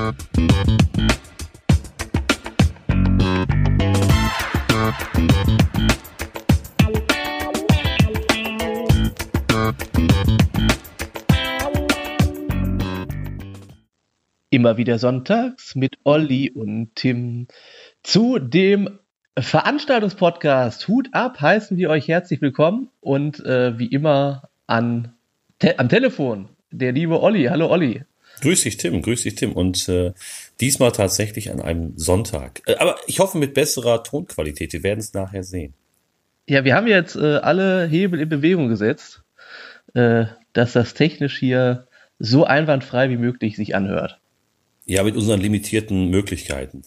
Immer wieder sonntags mit Olli und Tim zu dem Veranstaltungspodcast Hut ab heißen wir euch herzlich willkommen und wie immer am Telefon der liebe Olli. Hallo Olli. Grüß dich Tim und diesmal tatsächlich an einem Sonntag. Aber ich hoffe mit besserer Tonqualität, wir werden es nachher sehen. Ja, wir haben jetzt alle Hebel in Bewegung gesetzt, dass das technisch hier so einwandfrei wie möglich sich anhört. Ja, mit unseren limitierten Möglichkeiten.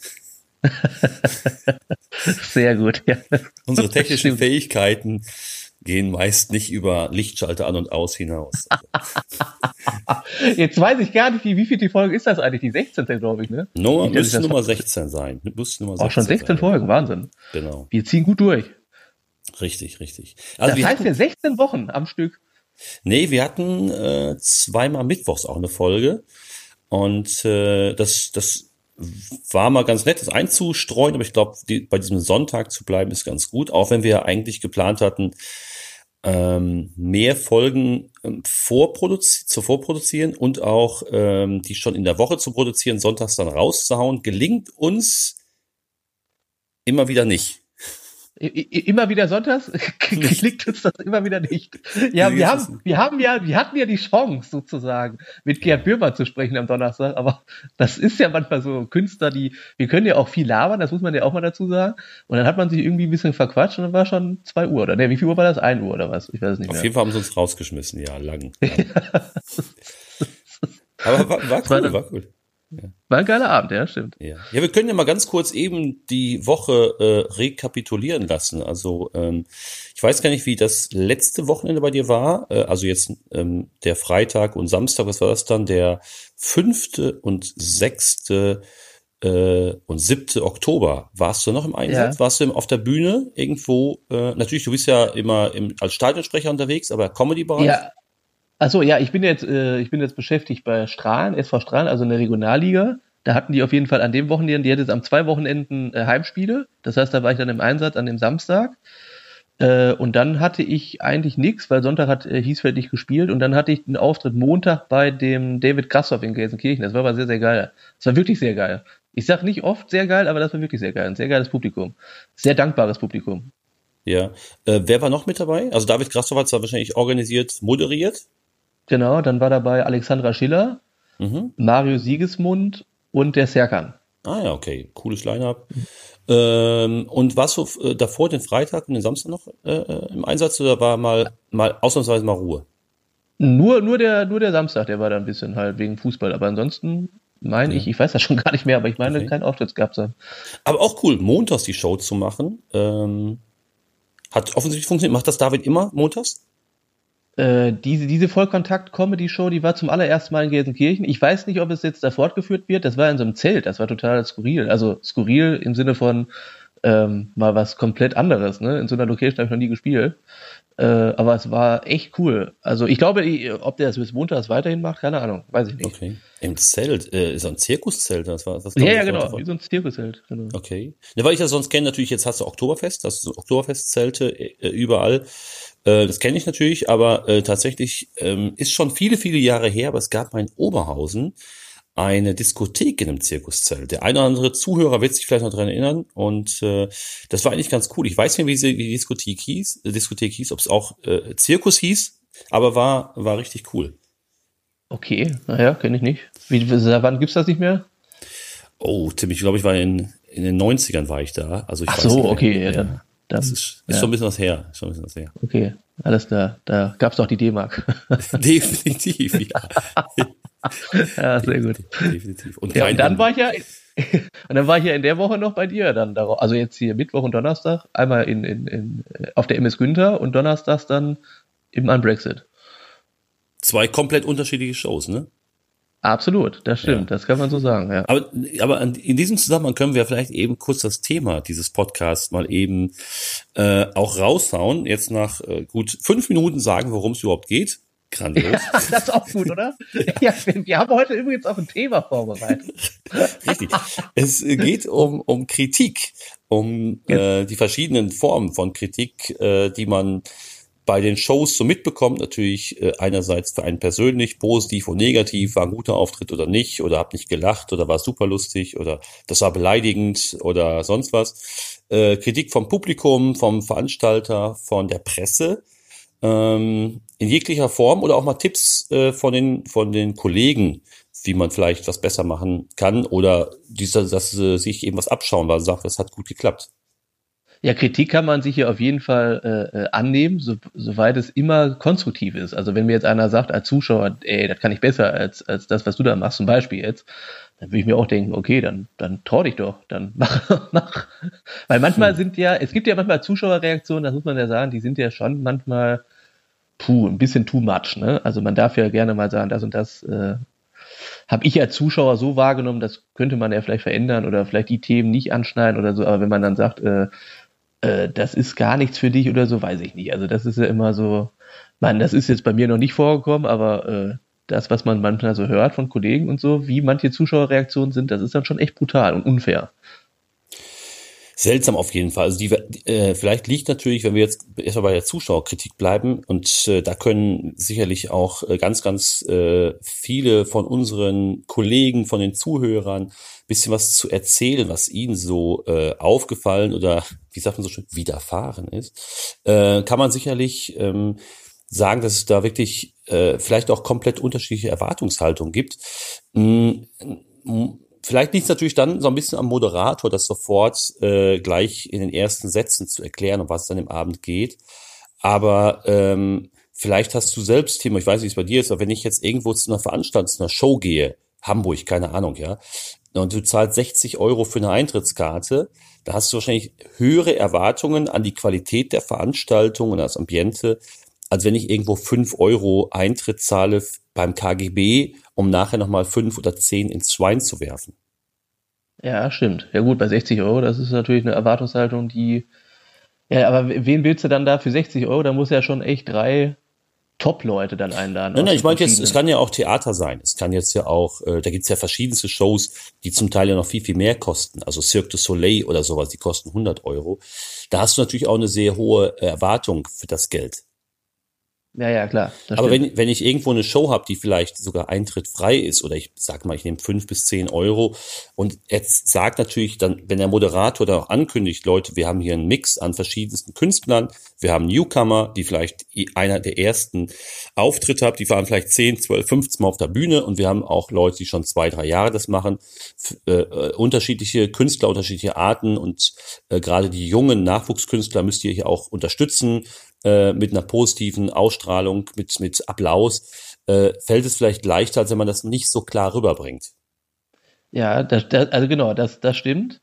Sehr gut, ja. Unsere technischen Fähigkeiten gehen meist nicht über Lichtschalter an und aus hinaus. Jetzt weiß ich gar nicht, wie viel die Folge ist das eigentlich? Die 16. glaube ich, ne? Müsste Nummer 16 sein. Auch schon 16 Folgen, Wahnsinn. Genau. Wir ziehen gut durch. Richtig. Also das heißt ja 16 Wochen am Stück. Nee, wir hatten zweimal mittwochs auch eine Folge. Und das war mal ganz nett, das einzustreuen, aber ich glaube, bei diesem Sonntag zu bleiben, ist ganz gut, auch wenn wir eigentlich geplant hatten, mehr Folgen zu vorproduzieren und auch die schon in der Woche zu produzieren, sonntags dann rauszuhauen, gelingt uns immer wieder nicht. Immer wieder sonntags? Klingt uns das immer wieder nicht. Ja, wir hatten ja die Chance, sozusagen, mit Gerd Bührmann zu sprechen am Donnerstag, aber das ist ja manchmal so Künstler, wir können ja auch viel labern, das muss man ja auch mal dazu sagen, und dann hat man sich irgendwie ein bisschen verquatscht und dann war schon 2 Uhr, oder? Ne, wie viel Uhr war das? 1 Uhr oder was? Ich weiß es nicht mehr. Auf jeden Fall haben sie uns rausgeschmissen, ja, lang. Aber war cool. Ja. War ein geiler Abend, ja, stimmt. Ja, wir können ja mal ganz kurz eben die Woche rekapitulieren lassen. Also ich weiß gar nicht, wie das letzte Wochenende bei dir war. Also jetzt der Freitag und Samstag, was war das dann? Der 5. und 6. Und 7. Oktober. Warst du noch im Einsatz? Ja. Warst du auf der Bühne irgendwo? Natürlich, du bist ja immer als Stadionsprecher unterwegs, aber Comedy-Bereich? Ja. Achso, ja, ich bin jetzt beschäftigt bei Strahlen, SV Strahlen, also in der Regionalliga. Da hatten die auf jeden Fall an dem Wochenende, die hatten jetzt am 2 Wochenenden Heimspiele. Das heißt, da war ich dann im Einsatz an dem Samstag. Und dann hatte ich eigentlich nichts, weil Sonntag hat Hiesfeld nicht gespielt. Und dann hatte ich einen Auftritt Montag bei dem David Krassoff in Gelsenkirchen. Das war aber sehr, sehr geil. Das war wirklich sehr geil. Ich sag nicht oft sehr geil, aber das war wirklich sehr geil. Ein sehr geiles Publikum. Sehr dankbares Publikum. Ja. Wer war noch mit dabei? Also David Krassoff hat es wahrscheinlich organisiert, moderiert. Genau, dann war dabei Alexandra Schiller, Mario Siegesmund und der Serkan. Ah ja, okay, cooles Line-Up. Und warst du davor den Freitag und den Samstag noch im Einsatz oder war mal ausnahmsweise mal Ruhe? Nur der Samstag, der war da ein bisschen halt wegen Fußball, aber ansonsten ich weiß das schon gar nicht mehr, aber ich meine, keinen Auftritt gehabt zu haben. Aber auch cool, montags die Show zu machen, hat offensichtlich funktioniert. Macht das David immer montags? Diese Vollkontakt-Comedy-Show, die war zum allerersten Mal in Gelsenkirchen. Ich weiß nicht, ob es jetzt da fortgeführt wird. Das war in so einem Zelt. Das war total skurril. Also skurril im Sinne von mal was komplett anderes. Ne? In so einer Location habe ich noch nie gespielt. Aber es war echt cool. Also ich glaube, ob der das bis montags weiterhin macht, keine Ahnung. Weiß ich nicht. Okay. Im Zelt? Ist ein Zirkuszelt? Das ja, genau. Wie so ein Zirkuszelt. Genau. Okay. Ja, weil ich das sonst kenne, natürlich, jetzt hast du Oktoberfest. Das sind Oktoberfestzelte überall. Das kenne ich natürlich, aber tatsächlich ist schon viele, viele Jahre her, aber es gab mal in Oberhausen eine Diskothek in einem Zirkuszelt. Der eine oder andere Zuhörer wird sich vielleicht noch daran erinnern und das war eigentlich ganz cool. Ich weiß nicht, wie die Diskothek hieß, ob es auch Zirkus hieß, aber war richtig cool. Okay, naja, kenne ich nicht. Wann gibt's das nicht mehr? Oh, Tim, ich glaube, ich war in den 90ern war ich da. Also ich Ach so, okay, ja, dann. Das ist schon ein bisschen was her. Okay, alles klar. Da gab's doch die D-Mark. Definitiv, ja. Ja, sehr gut. Definitiv. Und dann war ich ja in der Woche noch bei dir dann darauf. Also jetzt hier Mittwoch und Donnerstag, einmal auf der MS Günther und donnerstags dann im Unbrexit. 2 komplett unterschiedliche Shows, ne? Absolut, das stimmt, das kann man so sagen, ja. Aber in diesem Zusammenhang können wir vielleicht eben kurz das Thema dieses Podcasts mal eben auch raushauen. Jetzt nach gut 5 Minuten sagen, worum es überhaupt geht. Grandios. Das ist auch gut, oder? Ja, wir haben heute übrigens auch ein Thema vorbereitet. Richtig. Es geht um Kritik, die verschiedenen Formen von Kritik, die man bei den Shows so mitbekommt. Natürlich einerseits für einen persönlich, positiv und negativ, war ein guter Auftritt oder nicht, oder hab nicht gelacht oder war super lustig oder das war beleidigend oder sonst was. Kritik vom Publikum, vom Veranstalter, von der Presse. In jeglicher Form oder auch mal Tipps von den Kollegen, wie man vielleicht was besser machen kann oder dass sie sich eben was abschauen, weil sie sagt, das hat gut geklappt. Ja, Kritik kann man sich hier auf jeden Fall annehmen, soweit es immer konstruktiv ist. Also wenn mir jetzt einer sagt als Zuschauer, ey, das kann ich besser als das, was du da machst, zum Beispiel jetzt, dann würde ich mir auch denken, okay, dann trau dich doch, dann mach. Weil manchmal es gibt ja manchmal Zuschauerreaktionen, das muss man ja sagen, die sind ja schon manchmal ein bisschen too much, ne? Also man darf ja gerne mal sagen, das und das habe ich als Zuschauer so wahrgenommen, das könnte man ja vielleicht verändern oder vielleicht die Themen nicht anschneiden oder so, aber wenn man dann sagt, das ist gar nichts für dich oder so, weiß ich nicht. Also das ist ja immer so, das ist jetzt bei mir noch nicht vorgekommen, aber das, was man manchmal so hört von Kollegen und so, wie manche Zuschauerreaktionen sind, das ist dann schon echt brutal und unfair. Seltsam auf jeden Fall. Also vielleicht liegt natürlich, wenn wir jetzt erstmal bei der Zuschauerkritik bleiben, und da können sicherlich auch ganz, ganz viele von unseren Kollegen, von den Zuhörern bisschen was zu erzählen, was ihnen so aufgefallen oder, wie sagt man so schön, widerfahren ist. Kann man sicherlich sagen, dass es da wirklich vielleicht auch komplett unterschiedliche Erwartungshaltungen gibt. Vielleicht liegt es natürlich dann so ein bisschen am Moderator, das sofort gleich in den ersten Sätzen zu erklären, um was es dann im Abend geht. Aber vielleicht hast du selbst, Timo, ich weiß nicht, wie es bei dir ist, aber wenn ich jetzt irgendwo zu einer Veranstaltung, zu einer Show gehe, Hamburg, keine Ahnung, ja, und du zahlst 60 Euro für eine Eintrittskarte, da hast du wahrscheinlich höhere Erwartungen an die Qualität der Veranstaltung und das Ambiente, als wenn ich irgendwo 5 Euro Eintritt zahle beim KGB, um nachher nochmal 5 oder 10 ins Schwein zu werfen. Ja, stimmt. Ja gut, bei 60 Euro, das ist natürlich eine Erwartungshaltung, ja, aber wen willst du dann da für 60 Euro? Da muss ja schon echt 3 Top-Leute dann einladen. Nein, ich meine jetzt, es kann ja auch Theater sein. Es kann jetzt ja auch, da gibt's ja verschiedenste Shows, die zum Teil ja noch viel, viel mehr kosten. Also Cirque du Soleil oder sowas, die kosten 100 Euro. Da hast du natürlich auch eine sehr hohe Erwartung für das Geld. Ja, klar. Aber wenn ich irgendwo eine Show habe, die vielleicht sogar eintrittfrei ist, oder ich sag mal, ich nehme 5 bis 10 Euro, und jetzt sagt natürlich dann, wenn der Moderator da auch ankündigt, Leute, wir haben hier einen Mix an verschiedensten Künstlern, wir haben Newcomer, die vielleicht einer der ersten Auftritte haben, die waren vielleicht 10, 12, 15 Mal auf der Bühne, und wir haben auch Leute, die schon 2, 3 Jahre das machen, unterschiedliche Künstler, unterschiedliche Arten, und gerade die jungen Nachwuchskünstler müsst ihr hier auch unterstützen, mit einer positiven Ausstrahlung, mit Applaus, fällt es vielleicht leichter, als wenn man das nicht so klar rüberbringt. Ja, also genau, das stimmt.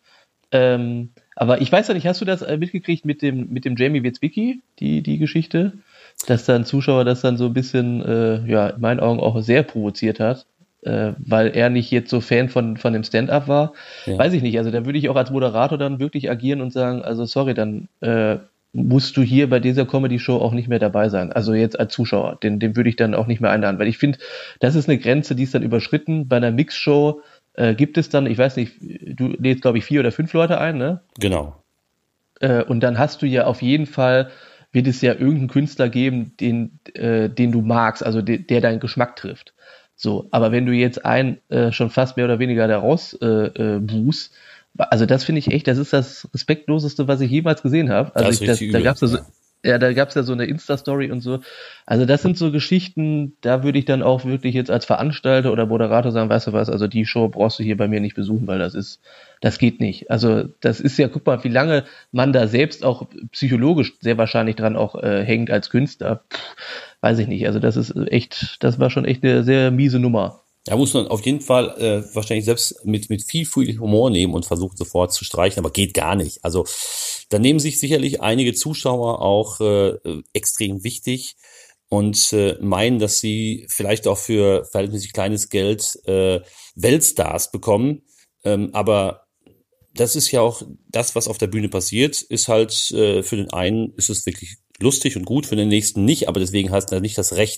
Aber ich weiß ja nicht, hast du das mitgekriegt mit dem Jamie Witzwicki, die Geschichte? Dass dann Zuschauer das dann so ein bisschen, in meinen Augen auch sehr provoziert hat, weil er nicht jetzt so Fan von dem Stand-up war. Ja. Weiß ich nicht, also da würde ich auch als Moderator dann wirklich agieren und sagen, also sorry, dann musst du hier bei dieser Comedy-Show auch nicht mehr dabei sein. Also jetzt als Zuschauer, den würde ich dann auch nicht mehr einladen, weil ich finde, das ist eine Grenze, die ist dann überschritten. Bei einer Mix-Show gibt es dann, ich weiß nicht, du lädst, glaube ich, 4 oder 5 Leute ein, ne? Genau. Und dann hast du ja auf jeden Fall, wird es ja irgendeinen Künstler geben, den du magst, also der deinen Geschmack trifft. So, aber wenn du jetzt einen schon fast mehr oder weniger da raus buchst, also das finde ich echt, das ist das Respektloseste, was ich jemals gesehen habe. Also da gab es ja so eine Insta-Story und so. Also das sind so Geschichten, da würde ich dann auch wirklich jetzt als Veranstalter oder Moderator sagen, weißt du was, also die Show brauchst du hier bei mir nicht besuchen, weil das geht nicht. Also das ist ja, guck mal, wie lange man da selbst auch psychologisch sehr wahrscheinlich dran auch hängt als Künstler. Weiß ich nicht. Also das war schon echt eine sehr miese Nummer. Da muss man auf jeden Fall wahrscheinlich selbst mit viel Humor nehmen und versuchen sofort zu streichen, aber geht gar nicht. Also da nehmen sich sicherlich einige Zuschauer auch extrem wichtig und meinen, dass sie vielleicht auch für verhältnismäßig kleines Geld Weltstars bekommen. Aber das ist ja auch das, was auf der Bühne passiert, ist halt für den einen ist es wirklich lustig und gut, für den nächsten nicht, aber deswegen hast du nicht das Recht,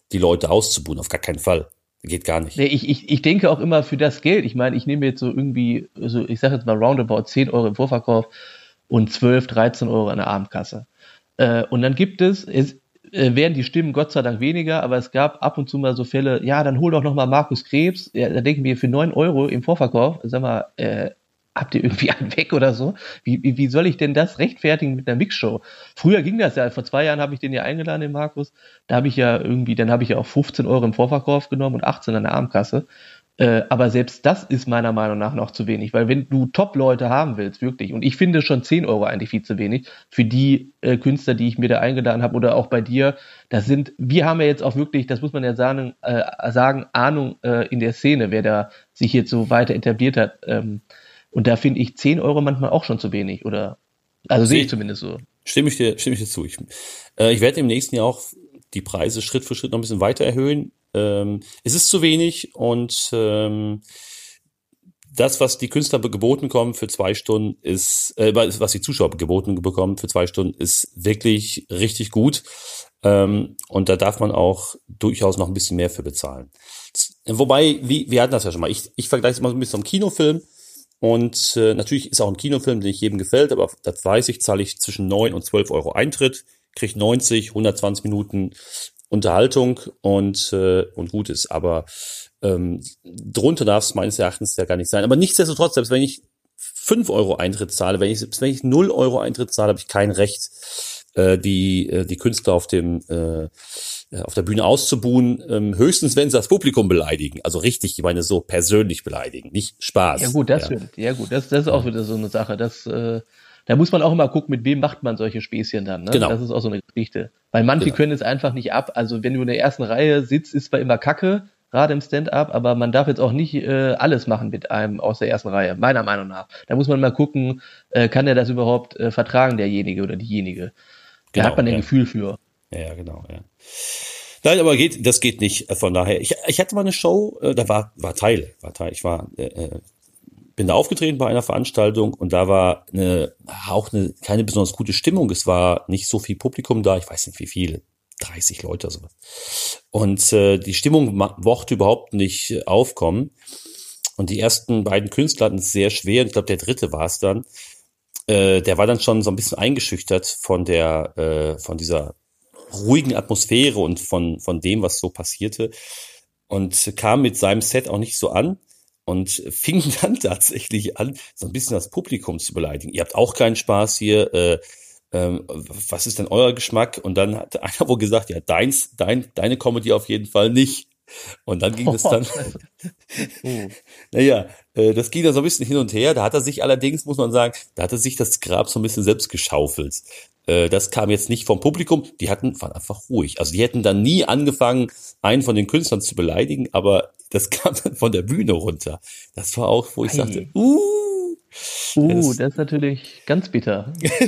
die Leute auszubuhen. Auf gar keinen Fall. Geht gar nicht. Nee, ich denke auch immer für das Geld. Ich meine, ich nehme jetzt so irgendwie, so ich sage jetzt mal roundabout 10 Euro im Vorverkauf und 12, 13 Euro an der Abendkasse. Und dann gibt werden die Stimmen Gott sei Dank weniger, aber es gab ab und zu mal so Fälle, ja, dann hol doch noch mal Markus Krebs. Ja, da denken wir für 9 Euro im Vorverkauf, sag mal, habt ihr irgendwie einen weg oder so? Wie soll ich denn das rechtfertigen mit einer Mixshow? Früher ging das ja, vor 2 Jahren habe ich den ja eingeladen, den Markus. Da habe ich ja irgendwie, dann habe ich ja auch 15 Euro im Vorverkauf genommen und 18 an der Abendkasse. Aber selbst das ist meiner Meinung nach noch zu wenig, weil wenn du Top-Leute haben willst, wirklich, und ich finde schon 10 Euro eigentlich viel zu wenig für die Künstler, die ich mir da eingeladen habe oder auch bei dir, wir haben ja jetzt auch wirklich, das muss man ja sagen, Ahnung in der Szene, wer da sich jetzt so weiter etabliert hat. Und da finde ich 10 Euro manchmal auch schon zu wenig, oder? Also sehe ich zumindest so. Stimme ich dir zu. Ich werde im nächsten Jahr auch die Preise Schritt für Schritt noch ein bisschen weiter erhöhen. Es ist zu wenig und das, was die Künstler geboten kommen für 2 Stunden, was die Zuschauer geboten bekommen für 2 Stunden, ist wirklich richtig gut. Und da darf man auch durchaus noch ein bisschen mehr für bezahlen. Wobei, wir hatten das ja schon mal. Ich vergleiche es mal so ein bisschen mit so einem Kinofilm. Und natürlich ist auch ein Kinofilm, den nicht jedem gefällt, aber das weiß ich, zahle ich zwischen 9 und 12 Euro Eintritt, kriege 90, 120 Minuten Unterhaltung und gut ist. Aber drunter darf es meines Erachtens ja gar nicht sein. Aber nichtsdestotrotz, selbst wenn ich 5 Euro Eintritt zahle, selbst wenn ich 0 Euro Eintritt zahle, habe ich kein Recht, die Künstler auf der Bühne auszubuhen, höchstens wenn sie das Publikum beleidigen, also richtig, ich meine so persönlich beleidigen, nicht Spaß. Ja gut, das stimmt. Ja gut, das ist auch wieder so eine Sache. Da muss man auch immer gucken, mit wem macht man solche Späßchen dann. Ne? Genau. Das ist auch so eine Geschichte. Weil manche können es einfach nicht ab. Also wenn du in der ersten Reihe sitzt, ist zwar immer Kacke, gerade im Stand-up, aber man darf jetzt auch nicht alles machen mit einem aus der ersten Reihe, meiner Meinung nach. Da muss man mal gucken, kann der das überhaupt vertragen, derjenige oder diejenige. Da hat man ein Gefühl für. Ja, genau, ja. Nein, aber das geht nicht. Von daher, ich hatte mal eine Show, da war Teil. Ich bin da aufgetreten bei einer Veranstaltung und da war keine besonders gute Stimmung. Es war nicht so viel Publikum da, ich weiß nicht wie viele, 30 Leute oder sowas. Und die Stimmung mochte überhaupt nicht aufkommen. Und die ersten beiden Künstler hatten es sehr schwer. Ich glaube, der dritte war es dann. Der war dann schon so ein bisschen eingeschüchtert von dieser ruhigen Atmosphäre und von dem, was so passierte, und kam mit seinem Set auch nicht so an und fing dann tatsächlich an, so ein bisschen das Publikum zu beleidigen. Ihr habt auch keinen Spaß hier, was ist denn euer Geschmack? Und dann hat einer wohl gesagt, ja, deine Comedy auf jeden Fall nicht. Und dann ging es dann, das ging dann so ein bisschen hin und her. Da hat er sich allerdings, muss man sagen, das Grab so ein bisschen selbst geschaufelt. Das kam jetzt nicht vom Publikum, waren einfach ruhig. Also die hätten dann nie angefangen, einen von den Künstlern zu beleidigen, aber das kam dann von der Bühne runter. Das war auch, wo ich sagte, das ist natürlich ganz bitter.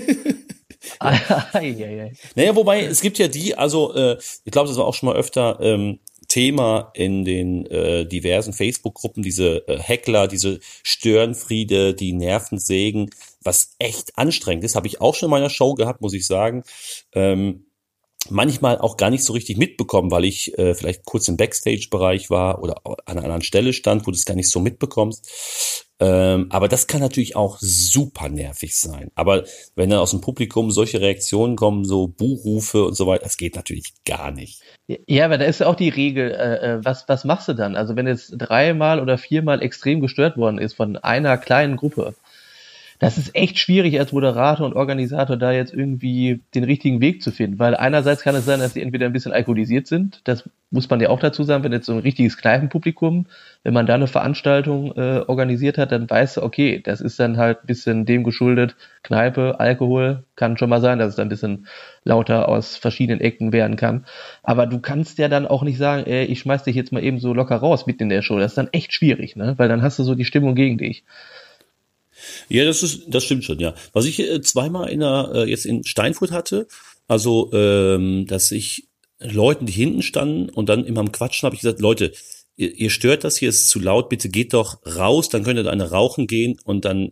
Naja, wobei, es gibt ja ich glaube, das war auch schon mal öfter Thema in den diversen Facebook-Gruppen, diese Heckler, diese Störenfriede, die Nervensägen, was echt anstrengend ist, habe ich auch schon in meiner Show gehabt, muss ich sagen. Manchmal auch gar nicht so richtig mitbekommen, weil ich vielleicht kurz im Backstage-Bereich war oder an einer anderen Stelle stand, wo du es gar nicht so mitbekommst. Aber das kann natürlich auch super nervig sein. Aber wenn dann aus dem Publikum solche Reaktionen kommen, so Buhrufe und so weiter, das geht natürlich gar nicht. Ja, aber da ist ja auch die Regel, was machst du dann? Also wenn jetzt 3-mal oder 4-mal extrem gestört worden ist von einer kleinen Gruppe, das ist echt schwierig als Moderator und Organisator da jetzt irgendwie den richtigen Weg zu finden, weil einerseits kann es sein, dass sie entweder ein bisschen alkoholisiert sind, das muss man ja auch dazu sagen, wenn jetzt so ein richtiges Kneipenpublikum, wenn man da eine Veranstaltung organisiert hat, dann weißt du, okay, das ist dann halt ein bisschen dem geschuldet, Kneipe, Alkohol, kann schon mal sein, dass es dann ein bisschen lauter aus verschiedenen Ecken werden kann, aber du kannst ja dann auch nicht sagen, ich schmeiß dich jetzt mal eben so locker raus mitten in der Show, das ist dann echt schwierig, ne, weil dann hast du so die Stimmung gegen dich. Ja, das stimmt schon, ja. Was ich zweimal jetzt in Steinfurt hatte, also dass ich Leuten, die hinten standen und dann immer am Quatschen, habe ich gesagt, Leute, ihr stört das hier, ist zu laut, bitte geht doch raus, dann könnt ihr da eine rauchen gehen und dann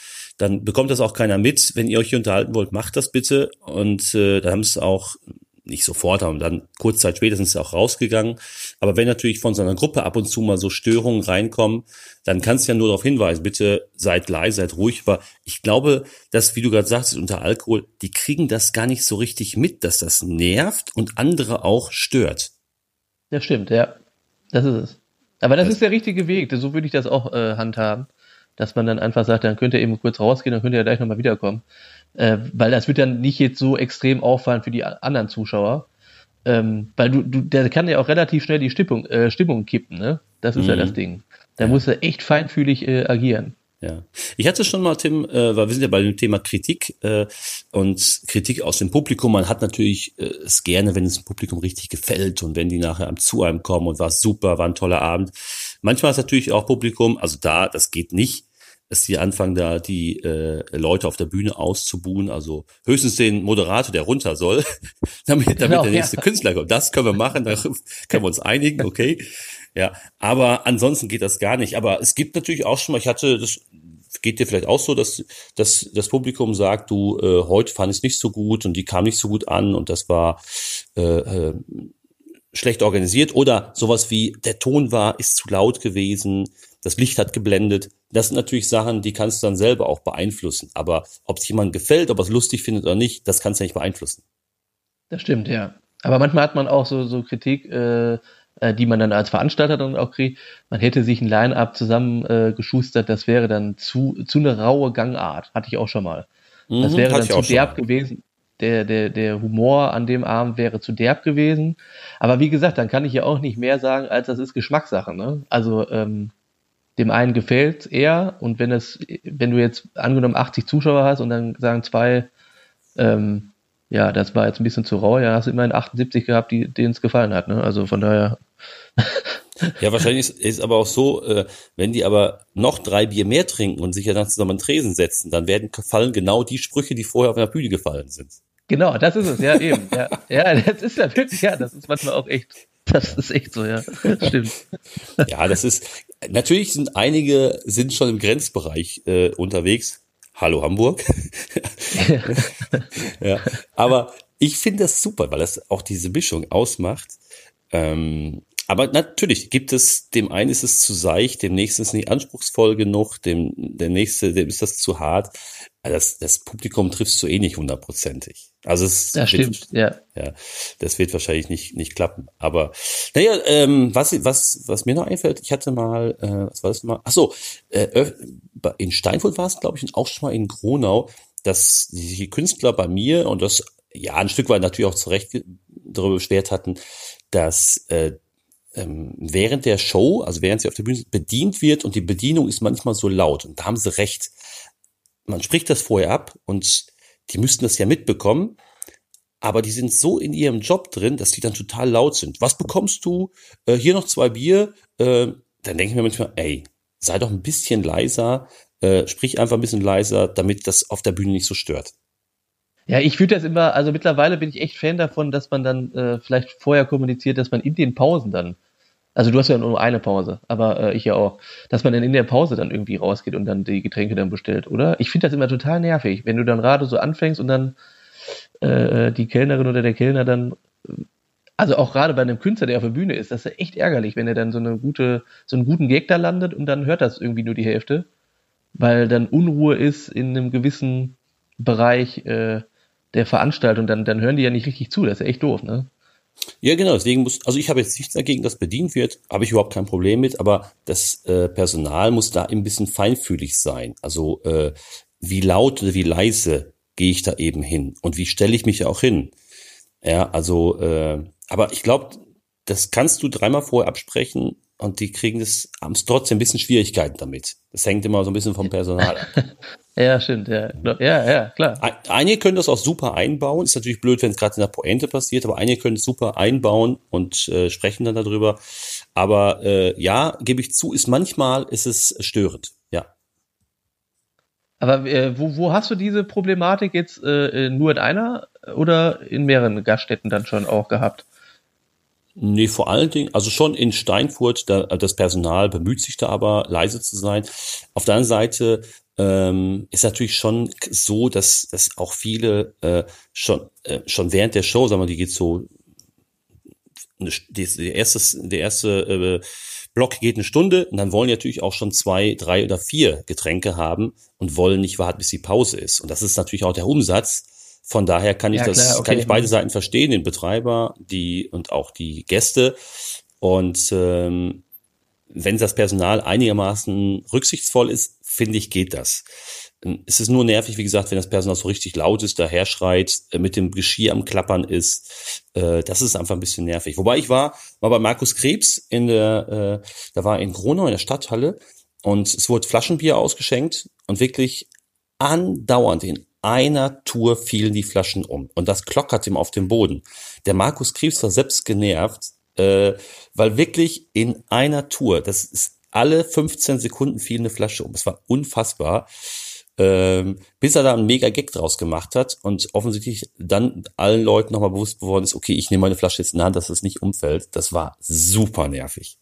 bekommt das auch keiner mit. Wenn ihr euch hier unterhalten wollt, macht das bitte. Und da haben es auch nicht sofort, aber dann kurz Zeit später sind sie auch rausgegangen. Aber wenn natürlich von so einer Gruppe ab und zu mal so Störungen reinkommen, dann kannst du ja nur darauf hinweisen, bitte seid leise, seid ruhig. Aber ich glaube, dass, wie du gerade sagst, unter Alkohol, die kriegen das gar nicht so richtig mit, dass das nervt und andere auch stört. Das stimmt, ja. Das ist es. Aber das ist der richtige Weg. So würde ich das auch handhaben. Dass man dann einfach sagt, dann könnt ihr eben kurz rausgehen, dann könnt ihr ja gleich nochmal wiederkommen. Weil das wird dann nicht jetzt so extrem auffallen für die anderen Zuschauer. Weil der kann ja auch relativ schnell die Stimmung kippen, ne? Das ist ja das Ding. Da musst du echt feinfühlig agieren. Ja, ich hatte schon mal, Tim, weil wir sind ja bei dem Thema Kritik und Kritik aus dem Publikum. Man hat natürlich es gerne, wenn es dem Publikum richtig gefällt und wenn die nachher zu einem kommen und war super, war ein toller Abend. Manchmal ist natürlich auch Publikum, also das geht nicht, dass die anfangen, da die Leute auf der Bühne auszubuhen, also höchstens den Moderator, der runter soll, damit der nächste Künstler kommt. Das können wir machen, da können wir uns einigen, okay. Ja, aber ansonsten geht das gar nicht. Aber es gibt natürlich auch schon mal, das geht dir vielleicht auch so, dass das Publikum sagt, du, heute fand ich es nicht so gut und die kam nicht so gut an und das war schlecht organisiert oder sowas wie, der Ton ist zu laut gewesen, das Licht hat geblendet. Das sind natürlich Sachen, die kannst du dann selber auch beeinflussen. Aber ob es jemandem gefällt, ob er es lustig findet oder nicht, das kannst du ja nicht beeinflussen. Das stimmt, ja. Aber manchmal hat man auch so Kritik, die man dann als Veranstalter dann auch kriegt. Man hätte sich ein Line-Up zusammen geschustert, das wäre dann zu eine raue Gangart. Hatte ich auch schon mal. Das wäre dann zu derb gewesen. Der Humor an dem Abend wäre zu derb gewesen. Aber wie gesagt, dann kann ich ja auch nicht mehr sagen, als das ist Geschmackssache, ne? Also, dem einen gefällt's eher und wenn du jetzt angenommen 80 Zuschauer hast und dann sagen zwei, ja, das war jetzt ein bisschen zu rau, ja, hast du immerhin 78 gehabt, denen es gefallen hat, ne? Also von daher. Ja, wahrscheinlich ist aber auch so, wenn die aber noch 3 Bier mehr trinken und sich ja dann zusammen an den Tresen setzen, dann fallen genau die Sprüche, die vorher auf der Bühne gefallen sind. Genau, das ist es, ja, eben. Ja, das ist ja wirklich, ja, das ist manchmal auch echt, das ist echt so, ja, stimmt. Ja, natürlich sind einige schon im Grenzbereich unterwegs. Hallo Hamburg. Ja, aber ich finde das super, weil das auch diese Mischung ausmacht. Aber natürlich dem einen ist es zu seicht, dem nächsten ist es nicht anspruchsvoll genug, dem ist das zu hart. Das Publikum triffst du eh nicht 100%. Also das stimmt, ja. Ja, das wird wahrscheinlich nicht klappen. Aber naja, was mir noch einfällt, ich hatte mal, was war das mal? Ach so, in Steinfurt war es, glaube ich, und auch schon mal in Gronau, dass die Künstler bei mir und das ja ein Stück weit natürlich auch zu Recht darüber beschwert hatten, dass während der Show, also während sie auf der Bühne sind, bedient wird und die Bedienung ist manchmal so laut. Und da haben sie recht. Man spricht das vorher ab und die müssten das ja mitbekommen, aber die sind so in ihrem Job drin, dass die dann total laut sind. Was bekommst du? Hier noch 2 Bier. Dann denke ich mir manchmal, ey, sei doch ein bisschen leiser, sprich einfach ein bisschen leiser, damit das auf der Bühne nicht so stört. Ja, ich fühle das immer, also mittlerweile bin ich echt Fan davon, dass man dann vielleicht vorher kommuniziert, dass man in den Pausen dann, also du hast ja nur eine Pause, aber ich ja auch, dass man dann in der Pause dann irgendwie rausgeht und dann die Getränke dann bestellt, oder? Ich finde das immer total nervig, wenn du dann gerade so anfängst und dann die Kellnerin oder der Kellner dann, also auch gerade bei einem Künstler, der auf der Bühne ist, das ist ja echt ärgerlich, wenn er dann so einen guten Gag da landet und dann hört das irgendwie nur die Hälfte, weil dann Unruhe ist in einem gewissen Bereich der Veranstaltung, dann hören die ja nicht richtig zu, das ist ja echt doof, ne? Ja, genau, deswegen also ich habe jetzt nichts dagegen, dass bedient wird, habe ich überhaupt kein Problem mit, aber das Personal muss da ein bisschen feinfühlig sein. Also wie laut oder wie leise gehe ich da eben hin und wie stelle ich mich auch hin? Ja, also, aber ich glaube, das kannst du 3-mal vorher absprechen und die haben trotzdem ein bisschen Schwierigkeiten damit. Das hängt immer so ein bisschen vom Personal ab. Ja, stimmt, ja. Ja, klar. Einige können das auch super einbauen. Ist natürlich blöd, wenn es gerade in der Pointe passiert, aber einige können es super einbauen und sprechen dann darüber. Aber ja, gebe ich zu, manchmal ist es störend, ja. Aber wo hast du diese Problematik jetzt nur in einer oder in mehreren Gaststätten dann schon auch gehabt? Nee, vor allen Dingen, also schon in Steinfurt, das Personal bemüht sich da aber, leise zu sein. Auf der anderen Seite ist natürlich schon so, dass auch viele schon während der Show, sagen wir, die geht so, der erste Block geht eine Stunde und dann wollen die natürlich auch schon 2, 3 oder 4 Getränke haben und wollen nicht warten, bis die Pause ist. Und das ist natürlich auch der Umsatz. Von daher kann ich kann ich beide Seiten verstehen, den Betreiber, und auch die Gäste. Und wenn das Personal einigermaßen rücksichtsvoll ist, finde ich, geht das. Es ist nur nervig, wie gesagt, wenn das Personal so richtig laut ist, daher schreit, mit dem Geschirr am Klappern ist. Das ist einfach ein bisschen nervig. Wobei ich war bei Markus Krebs da war in Gronau in der Stadthalle und es wurde Flaschenbier ausgeschenkt und wirklich andauernd in einer Tour fielen die Flaschen um und das klockert ihm auf dem Boden. Der Markus Krebs war selbst genervt, weil wirklich in einer Tour, das ist alle 15 Sekunden fiel eine Flasche um. Es war unfassbar. Bis er da einen mega Gag draus gemacht hat und offensichtlich dann allen Leuten nochmal bewusst geworden ist, okay, ich nehme meine Flasche jetzt in die Hand, dass es nicht umfällt. Das war super nervig.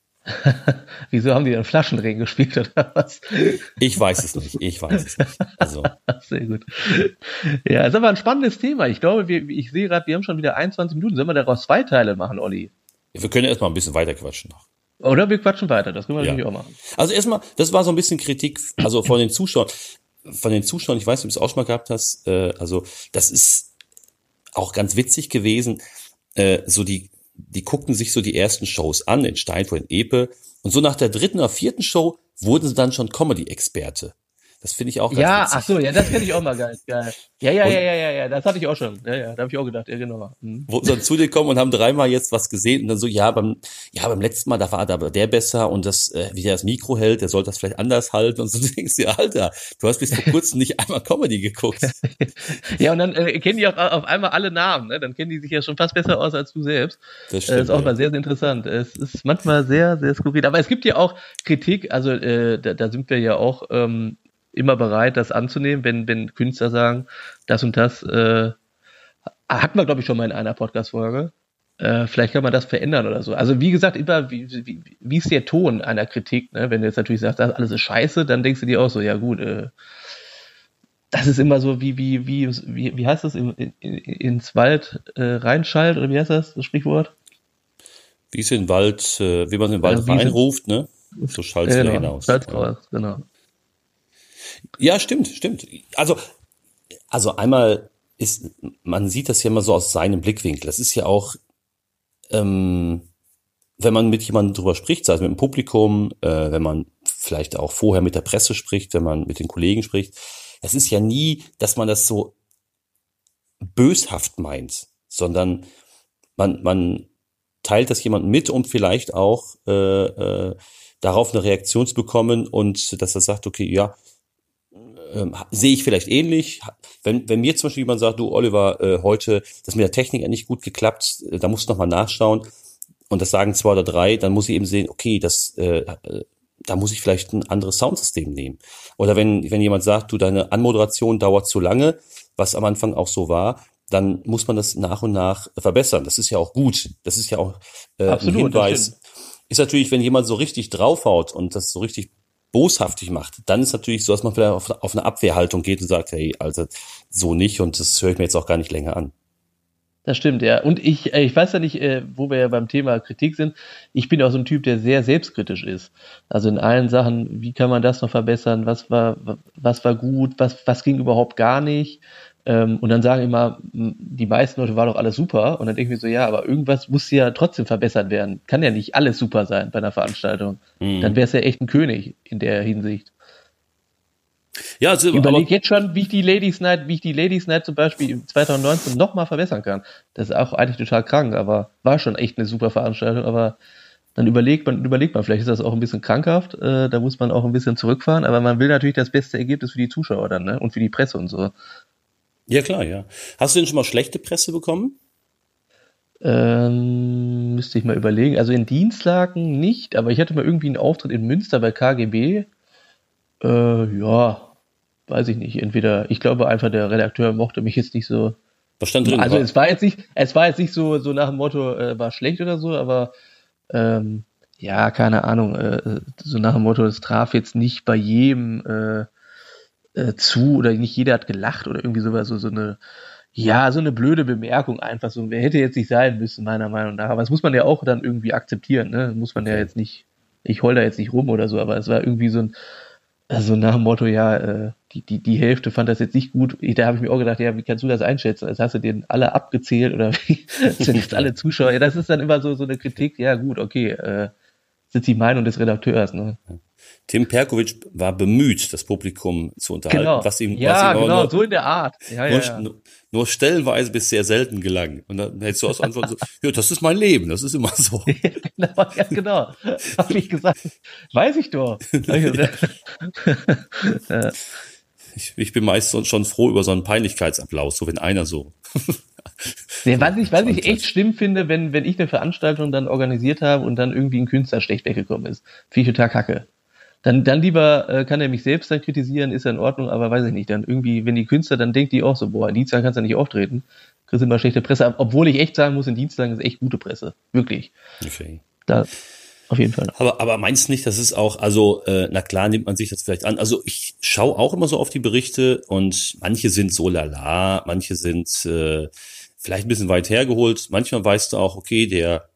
Wieso haben die dann Flaschenregen gespielt oder was? Ich weiß es nicht. Also. Sehr gut. Ja, ist aber ein spannendes Thema. Ich glaube, ich sehe gerade, wir haben schon wieder 21 Minuten. Sollen wir daraus 2 Teile machen, Olli? Ja, wir können erstmal ein bisschen weiter quatschen noch. Oder wir quatschen weiter, das können wir natürlich auch machen. Also erstmal, das war so ein bisschen Kritik, also von den Zuschauern, ich weiß nicht, ob du es auch schon mal gehabt hast, also das ist auch ganz witzig gewesen, so die guckten sich so die ersten Shows an, in Steinfurt, in Epe, und so nach der 3. oder 4. Show wurden sie dann schon Comedy-Experte. Das finde ich auch ganz witzig. Ach so, ja, das finde ich auch mal geil. Ja, das hatte ich auch schon. Ja, da habe ich auch gedacht, ja, genau. Wo sie dann zu dir kommen und haben 3-mal jetzt was gesehen und dann so, beim letzten Mal, da war aber der besser und wie der das Mikro hält, der sollte das vielleicht anders halten und so. Du denkst dir, Alter, du hast bis vor kurzem nicht einmal Comedy geguckt. Ja, und dann kennen die auch auf einmal alle Namen, ne? Dann kennen die sich ja schon fast besser aus als du selbst. Das stimmt. Das ist auch mal sehr, sehr interessant. Es ist manchmal sehr, sehr skurril. Aber es gibt ja auch Kritik, also da sind wir ja auch immer bereit, das anzunehmen, wenn Künstler sagen, das und das hatten wir, glaube ich, schon mal in einer Podcast-Folge. Vielleicht kann man das verändern oder so. Also wie gesagt, immer wie ist der Ton einer Kritik, ne? Wenn du jetzt natürlich sagst, das alles ist scheiße, dann denkst du dir auch so, ja gut, das ist immer so wie heißt das, ins Wald reinschallt, oder wie heißt das Sprichwort? Wie man in den Wald reinruft, ne? So schallt es wieder hinaus. Schallt raus, genau. Ja, stimmt. Also einmal man sieht das ja immer so aus seinem Blickwinkel. Das ist ja auch, wenn man mit jemandem drüber spricht, sei es mit dem Publikum, wenn man vielleicht auch vorher mit der Presse spricht, wenn man mit den Kollegen spricht, das ist ja nie, dass man das so böshaft meint, sondern man teilt das jemandem mit, um vielleicht auch darauf eine Reaktion zu bekommen und dass er sagt, okay, ja, sehe ich vielleicht ähnlich. Wenn mir zum Beispiel jemand sagt, du Oliver, heute, das mit der Technik hat nicht gut geklappt, da musst du nochmal nachschauen und das sagen 2 oder 3, dann muss ich eben sehen, okay, da muss ich vielleicht ein anderes Soundsystem nehmen. Oder wenn jemand sagt, du, deine Anmoderation dauert zu lange, was am Anfang auch so war, dann muss man das nach und nach verbessern. Das ist ja auch gut. Das ist ja auch Absolut, ein Hinweis. Ist natürlich, wenn jemand so richtig draufhaut und das so richtig boshaftig macht, dann ist natürlich so, dass man vielleicht auf eine Abwehrhaltung geht und sagt, hey, also so nicht und das höre ich mir jetzt auch gar nicht länger an. Das stimmt, ja. Und ich weiß ja nicht, wo wir ja beim Thema Kritik sind. Ich bin auch so ein Typ, der sehr selbstkritisch ist. Also in allen Sachen, wie kann man das noch verbessern? Was war gut? Was ging überhaupt gar nicht? Und dann sagen immer, die meisten Leute war doch alles super. Und dann denke ich mir so, ja, aber irgendwas muss ja trotzdem verbessert werden. Kann ja nicht alles super sein bei einer Veranstaltung. Dann wäre es ja echt ein König in der Hinsicht. Ja, also, ich überlege jetzt schon, wie ich die Ladies Night zum Beispiel 2019 nochmal verbessern kann. Das ist auch eigentlich total krank, aber war schon echt eine super Veranstaltung. Aber dann überlegt man, vielleicht ist das auch ein bisschen krankhaft, da muss man auch ein bisschen zurückfahren, aber man will natürlich das beste Ergebnis für die Zuschauer dann, ne? Und für die Presse und so. Ja, klar, ja. Hast du denn schon mal schlechte Presse bekommen? Müsste ich mal überlegen. Also in Dienstlaken nicht, aber ich hatte mal irgendwie einen Auftritt in Münster bei KGB. Ja, weiß ich nicht. Entweder, ich glaube einfach, der Redakteur mochte mich jetzt nicht so. Was stand drin? Also es war jetzt nicht so nach dem Motto, war schlecht oder so, aber ja, keine Ahnung, so nach dem Motto, es traf jetzt nicht bei jedem zu oder nicht jeder hat gelacht oder irgendwie sowas, so eine, ja, so eine blöde Bemerkung einfach so. Wer hätte jetzt nicht sein müssen, meiner Meinung nach. Aber das muss man ja auch dann irgendwie akzeptieren, ne? Muss man ja jetzt nicht, ich heul da jetzt nicht rum oder so, aber es war irgendwie so ein, also nach dem Motto, ja, die Hälfte fand das jetzt nicht gut. Da habe ich mir auch gedacht, ja, wie kannst du das einschätzen? Als hast du den alle abgezählt oder wie sind jetzt alle Zuschauer? Ja, das ist dann immer so eine Kritik, ja gut, okay, das ist die Meinung des Redakteurs, ne? Tim Perkovic war bemüht, das Publikum zu unterhalten, Genau. was ihm Genau, nur, so in der Art. Ja, nur stellenweise bis sehr selten gelang. Und dann hättest du aus Antwort so, ja, das ist mein Leben, das ist immer so. Genau, ja, genau. Habe ich gesagt. Weiß ich doch. Ja. Ich bin meist schon froh über so einen Peinlichkeitsapplaus, so wenn einer so. Nee, was ich echt schlimm finde, wenn ich eine Veranstaltung dann organisiert habe und dann irgendwie ein Künstler schlecht weggekommen ist. Finde ich total kacke. Dann lieber kann er mich selbst dann kritisieren, ist ja in Ordnung, aber weiß ich nicht. Dann irgendwie, wenn die Künstler, dann denkt die auch so, boah, in Dienstag kannst du nicht auftreten. Kriegst immer schlechte Presse. Obwohl ich echt sagen muss, in Dienstag ist echt gute Presse. Wirklich. Okay. Da, auf jeden Fall. Aber meinst du nicht, das ist auch, also, na klar nimmt man sich das vielleicht an. Also ich schaue auch immer so auf die Berichte und manche sind so lala, manche sind vielleicht ein bisschen weit hergeholt. Manchmal weißt du auch, okay, der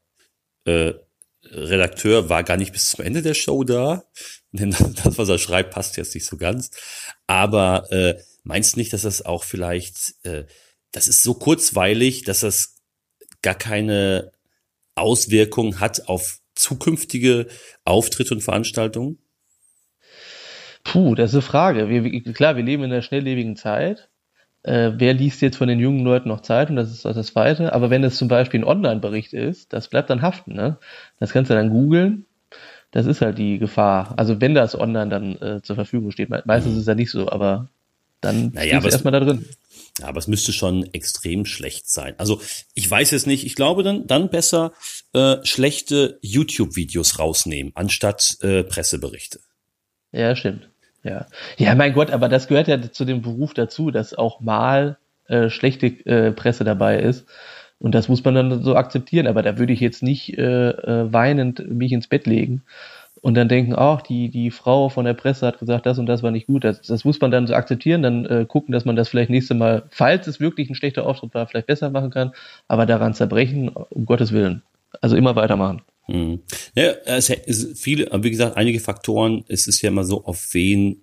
Redakteur war gar nicht bis zum Ende der Show da. Denn das, was er schreibt, passt jetzt nicht so ganz. Aber meinst du nicht, dass das auch vielleicht, das ist so kurzweilig, dass das gar keine Auswirkung hat auf zukünftige Auftritte und Veranstaltungen? Puh, das ist eine Frage. Klar, wir leben in einer schnelllebigen Zeit. Wer liest jetzt von den jungen Leuten noch Zeitung? Das ist das Zweite. Aber wenn es zum Beispiel ein Online-Bericht ist, das bleibt dann haften, ne? Das kannst du dann googeln. Das ist halt die Gefahr. Also wenn das online dann zur Verfügung steht. Meistens ist es ja nicht so, aber dann Naja, stehst du erstmal da drin. Ja, aber es müsste schon extrem schlecht sein. Also ich weiß es nicht. Ich glaube dann besser schlechte YouTube-Videos rausnehmen, anstatt Presseberichte. Ja, stimmt. Ja. Ja, mein Gott, aber das gehört ja zu dem Beruf dazu, dass auch mal schlechte Presse dabei ist. Und das muss man dann so akzeptieren. Aber da würde ich jetzt nicht weinend mich ins Bett legen und dann denken, ach, die Frau von der Presse hat gesagt, das und das war nicht gut. Das muss man dann so akzeptieren, dann gucken, dass man das vielleicht nächstes Mal, falls es wirklich ein schlechter Auftritt war, vielleicht besser machen kann. Aber daran zerbrechen, um Gottes Willen. Also immer weitermachen. Hm. Ja, es ist viele, wie gesagt, einige Faktoren. Es ist ja immer so, auf wen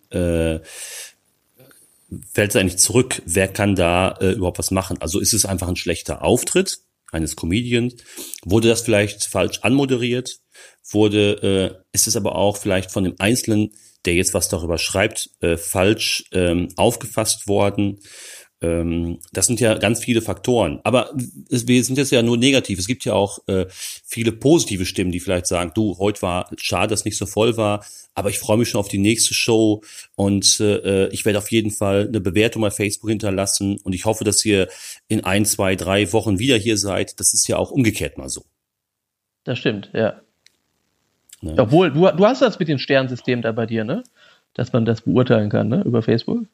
fällt es eigentlich zurück? Wer kann da überhaupt was machen? Also ist es einfach ein schlechter Auftritt eines Comedians? Wurde das vielleicht falsch anmoderiert? Ist es aber auch vielleicht von dem Einzelnen, der jetzt was darüber schreibt, falsch aufgefasst worden? Das sind ja ganz viele Faktoren. Aber wir sind jetzt ja nur negativ. Es gibt ja auch viele positive Stimmen, die vielleicht sagen, du, heute war schade, dass es nicht so voll war, aber ich freue mich schon auf die nächste Show und ich werde auf jeden Fall eine Bewertung bei Facebook hinterlassen und ich hoffe, dass ihr in 1, 2, 3 Wochen wieder hier seid. Das ist ja auch umgekehrt mal so. Das stimmt, ja. Ne? Obwohl, du hast das mit dem Sternsystem da bei dir, ne? Dass man das beurteilen kann, ne? Über Facebook.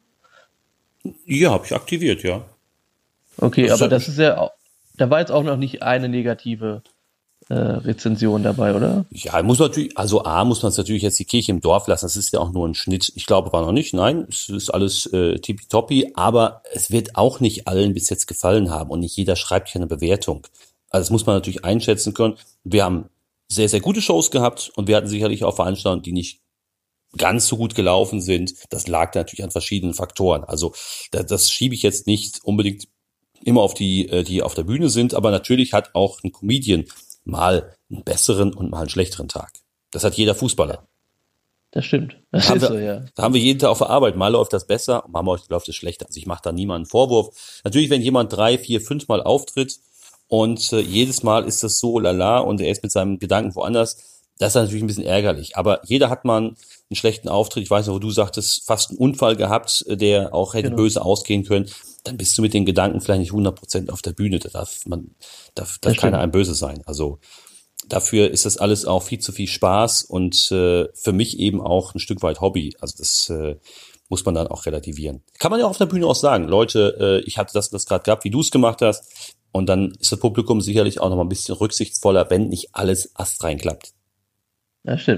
Ja, habe ich aktiviert, ja. Okay, aber das ist ja, da war jetzt auch noch nicht eine negative Rezension dabei, oder? Ja, muss man es natürlich jetzt die Kirche im Dorf lassen. Das ist ja auch nur ein Schnitt. Ich glaube, war noch nicht. Nein, es ist alles tippitoppi. Aber es wird auch nicht allen bis jetzt gefallen haben und nicht jeder schreibt hier eine Bewertung. Also das muss man natürlich einschätzen können. Wir haben sehr, sehr gute Shows gehabt und wir hatten sicherlich auch Veranstaltungen, die nicht ganz so gut gelaufen sind. Das lag natürlich an verschiedenen Faktoren. Also das schiebe ich jetzt nicht unbedingt immer auf die auf der Bühne sind, aber natürlich hat auch ein Comedian mal einen besseren und mal einen schlechteren Tag. Das hat jeder Fußballer. Das stimmt. Das ist so, ja. Da haben wir jeden Tag auf der Arbeit. Mal läuft das besser, mal läuft es schlechter. Also ich mache da niemanden Vorwurf. Natürlich, wenn jemand 3, 4, 5 Mal auftritt und jedes Mal ist das so lala und er ist mit seinem Gedanken woanders, das ist natürlich ein bisschen ärgerlich. Aber jeder hat mal einen schlechten Auftritt. Ich weiß noch, wo du sagtest, fast einen Unfall gehabt, der auch hätte böse ausgehen können. Dann bist du mit den Gedanken vielleicht nicht 100% auf der Bühne. Da darf keiner einem böse sein. Also dafür ist das alles auch viel zu viel Spaß und für mich eben auch ein Stück weit Hobby. Also das muss man dann auch relativieren. Kann man ja auch auf der Bühne auch sagen, Leute, ich hatte das gerade gehabt, wie du es gemacht hast. Und dann ist das Publikum sicherlich auch noch mal ein bisschen rücksichtsvoller, wenn nicht alles astrein klappt. Das stimmt.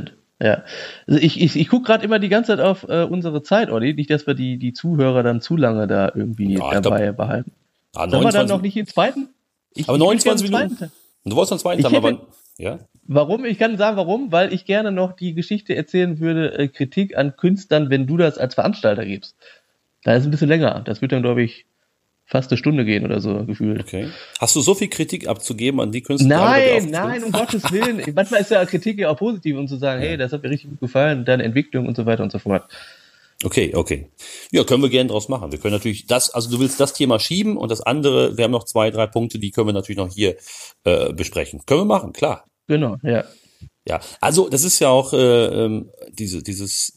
Ja. Also ich gucke gerade immer die ganze Zeit auf unsere Zeit, Olli. Nicht, dass wir die Zuhörer dann zu lange da irgendwie Ja, ich dabei glaube, behalten. Sollen wir dann 29, noch nicht den zweiten? aber Ich würde gerne 29 den Minuten. zweiten Teil. Und du wolltest noch einen zweiten Ich Teil, hätte, aber ja. warum? Ich kann sagen, warum, weil ich gerne noch die Geschichte erzählen würde, Kritik an Künstlern, wenn du das als Veranstalter gibst. Da ist es ein bisschen länger. Das wird dann, glaube ich, fast eine Stunde gehen oder so, gefühlt. Okay. Hast du so viel Kritik abzugeben an die Künstler, gerade bei dir Nein, aufgetreten? um Gottes Willen. Manchmal ist ja Kritik ja auch positiv, um zu sagen, hey, Ja. das hat mir richtig gut gefallen, deine Entwicklung und so weiter und so fort. Okay. Ja, können wir gerne draus machen. Wir können natürlich also du willst das Thema schieben und das andere, wir haben noch 2, 3 Punkte, die können wir natürlich noch hier besprechen. Können wir machen, klar. Genau, ja. Ja, also das ist ja auch dieses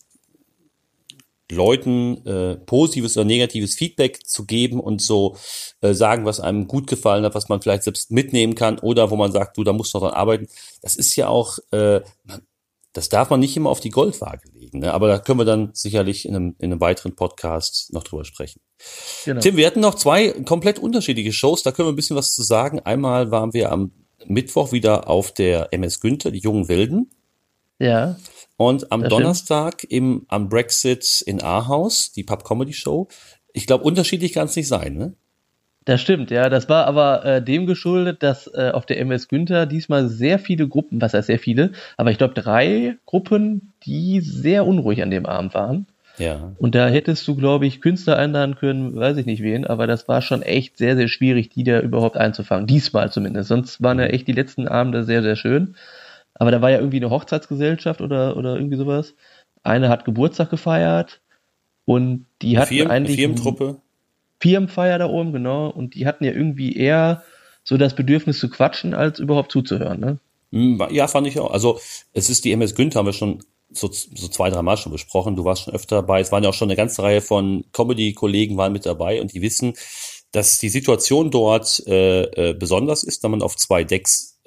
Leuten positives oder negatives Feedback zu geben und so sagen, was einem gut gefallen hat, was man vielleicht selbst mitnehmen kann oder wo man sagt, du, da musst du noch dran arbeiten. Das ist ja auch, das darf man nicht immer auf die Goldwaage legen, ne? Aber da können wir dann sicherlich in einem weiteren Podcast noch drüber sprechen. Genau. Tim, wir hatten noch 2 komplett unterschiedliche Shows, da können wir ein bisschen was zu sagen. Einmal waren wir am Mittwoch wieder auf der MS Günther, die Jungen Wilden. Ja. Und am Das Donnerstag am Brexit in Ahaus, die Pub-Comedy-Show. Ich glaube, unterschiedlich kann es nicht sein, ne? Das stimmt, ja. Das war aber dem geschuldet, dass auf der MS Günther diesmal sehr viele Gruppen, was heißt sehr viele, aber ich glaube 3 Gruppen, die sehr unruhig an dem Abend waren. Ja. Und da hättest du, glaube ich, Künstler einladen können, weiß ich nicht wen, aber das war schon echt sehr, sehr schwierig, die da überhaupt einzufangen. Diesmal zumindest. Sonst waren ja echt die letzten Abende sehr, sehr schön. Aber da war ja irgendwie eine Hochzeitsgesellschaft oder irgendwie sowas. Eine hat Geburtstag gefeiert und die hatten eigentlich Firmentruppe. Firmenfeier da oben, genau. Und die hatten ja irgendwie eher so das Bedürfnis zu quatschen, als überhaupt zuzuhören, ne? Ja, fand ich auch. Also es ist die MS Günther, haben wir schon so 2, 3 Mal schon besprochen. Du warst schon öfter dabei. Es waren ja auch schon eine ganze Reihe von Comedy-Kollegen waren mit dabei und die wissen, dass die Situation dort besonders ist, da man auf 2 Decks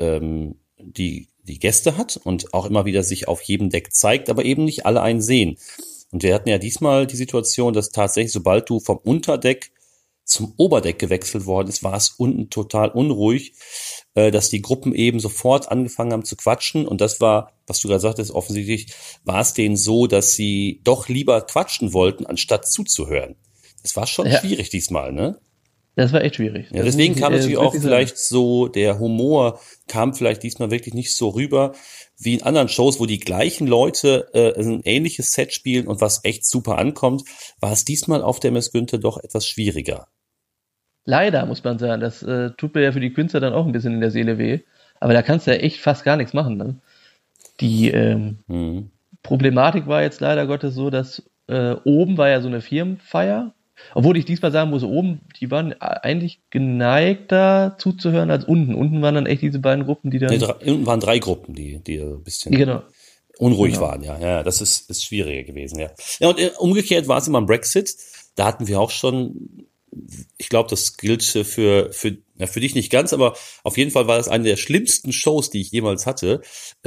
die Gäste hat und auch immer wieder sich auf jedem Deck zeigt, aber eben nicht alle einen sehen. Und wir hatten ja diesmal die Situation, dass tatsächlich, sobald du vom Unterdeck zum Oberdeck gewechselt worden ist, war es unten total unruhig, dass die Gruppen eben sofort angefangen haben zu quatschen. Und das war, was du gerade sagtest, offensichtlich war es denen so, dass sie doch lieber quatschen wollten, anstatt zuzuhören. Es war schon schwierig diesmal, ne? Das war echt schwierig. Ja, deswegen kam natürlich auch vielleicht so, der Humor kam vielleicht diesmal wirklich nicht so rüber wie in anderen Shows, wo die gleichen Leute ein ähnliches Set spielen und was echt super ankommt, war es diesmal auf der MS Günther doch etwas schwieriger. Leider, muss man sagen. Das tut mir ja für die Künstler dann auch ein bisschen in der Seele weh. Aber da kannst du ja echt fast gar nichts machen, ne? Die Problematik war jetzt leider Gottes so, dass oben war ja so eine Firmenfeier. Obwohl ich diesmal sagen muss, oben, die waren eigentlich geneigter zuzuhören als unten. Unten waren dann echt diese beiden Gruppen, die dann... Unten waren 3 Gruppen, die ein bisschen Genau. unruhig waren, ja. Ja, das ist schwieriger gewesen, ja. Ja, und umgekehrt war es immer am Brexit. Da hatten wir auch schon, ich glaube, das gilt für dich nicht ganz, aber auf jeden Fall war das eine der schlimmsten Shows, die ich jemals hatte.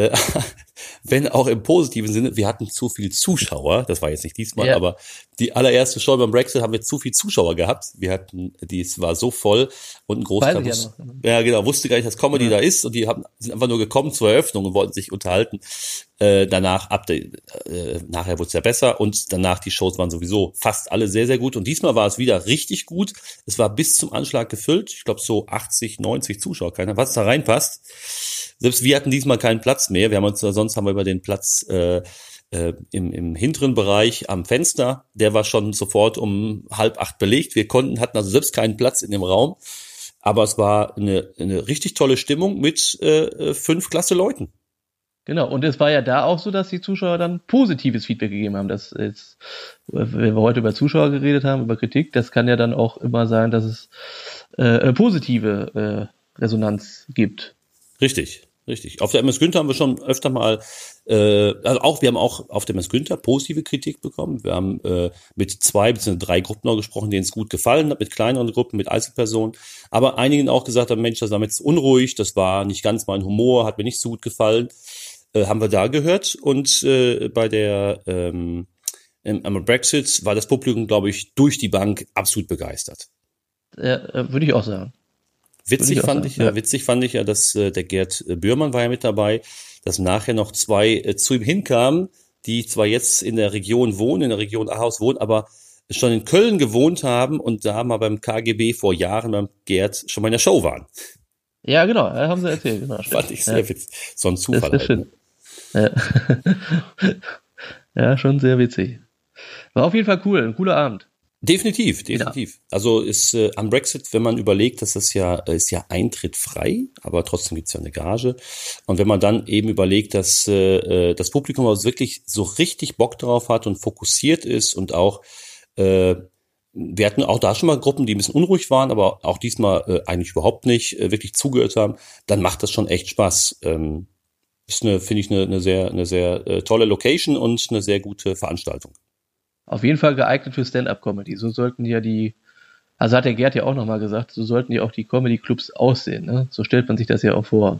Wenn auch im positiven Sinne, wir hatten zu viel Zuschauer, das war jetzt nicht diesmal, aber die allererste Show beim Brexit haben wir zu viel Zuschauer gehabt. Es war so voll und ein Großteil wusste gar nicht, dass Comedy da ist und sind einfach nur gekommen zur Eröffnung und wollten sich unterhalten. Danach, nachher wurde es ja besser und danach die Shows waren sowieso fast alle sehr, sehr gut und diesmal war es wieder richtig gut. Es war bis zum Anschlag gefüllt. Ich glaube so 80, 90 Zuschauer, keiner, was da reinpasst. Selbst wir hatten diesmal keinen Platz mehr. Sonst haben wir über den Platz im hinteren Bereich am Fenster. Der war schon sofort um 7:30 belegt. Hatten also selbst keinen Platz in dem Raum. Aber es war eine richtig tolle Stimmung mit 5 klasse Leuten. Genau, und es war ja da auch so, dass die Zuschauer dann positives Feedback gegeben haben. Das ist, wenn wir heute über Zuschauer geredet haben, über Kritik, das kann ja dann auch immer sein, dass es positive Resonanz gibt. Richtig. Auf der MS Günther haben wir schon öfter mal, wir haben auch auf der MS Günther positive Kritik bekommen. Wir haben mit 2 bzw. 3 Gruppen noch gesprochen, denen es gut gefallen hat, mit kleineren Gruppen, mit Einzelpersonen. Aber einigen auch gesagt haben, Mensch, das war mir jetzt unruhig, das war nicht ganz mein Humor, hat mir nicht so gut gefallen. Haben wir da gehört. Und bei der am Brexit war das Publikum, glaube ich, durch die Bank absolut begeistert. Ja, würde ich auch sagen. Witzig fand ich ja, dass der Gerd Bührmann war ja mit dabei, dass nachher noch zwei zu ihm hinkamen, die zwar jetzt in der Region wohnen, in der Region Ahaus wohnen, aber schon in Köln gewohnt haben und da mal beim KGB vor Jahren beim Gerd schon mal in der Show waren. Ja, genau, haben sie erzählt. Genau, fand ich sehr witzig. So ein Zufall. Das ist halt, ne? Ja, schon sehr witzig. War auf jeden Fall cool, ein cooler Abend. Definitiv. Ja. Also ist am Brexit, wenn man überlegt, dass das ist ja Eintritt frei, aber trotzdem gibt's ja eine Gage. Und wenn man dann eben überlegt, dass das Publikum also wirklich so richtig Bock drauf hat und fokussiert ist und auch wir hatten auch da schon mal Gruppen, die ein bisschen unruhig waren, aber auch diesmal eigentlich überhaupt nicht wirklich zugehört haben, dann macht das schon echt Spaß. Ist finde ich eine sehr tolle Location und eine sehr gute Veranstaltung. Auf jeden Fall geeignet für Stand-Up-Comedy. So sollten ja also hat der Gerd ja auch nochmal gesagt, so sollten ja auch die Comedy-Clubs aussehen. Ne? So stellt man sich das ja auch vor.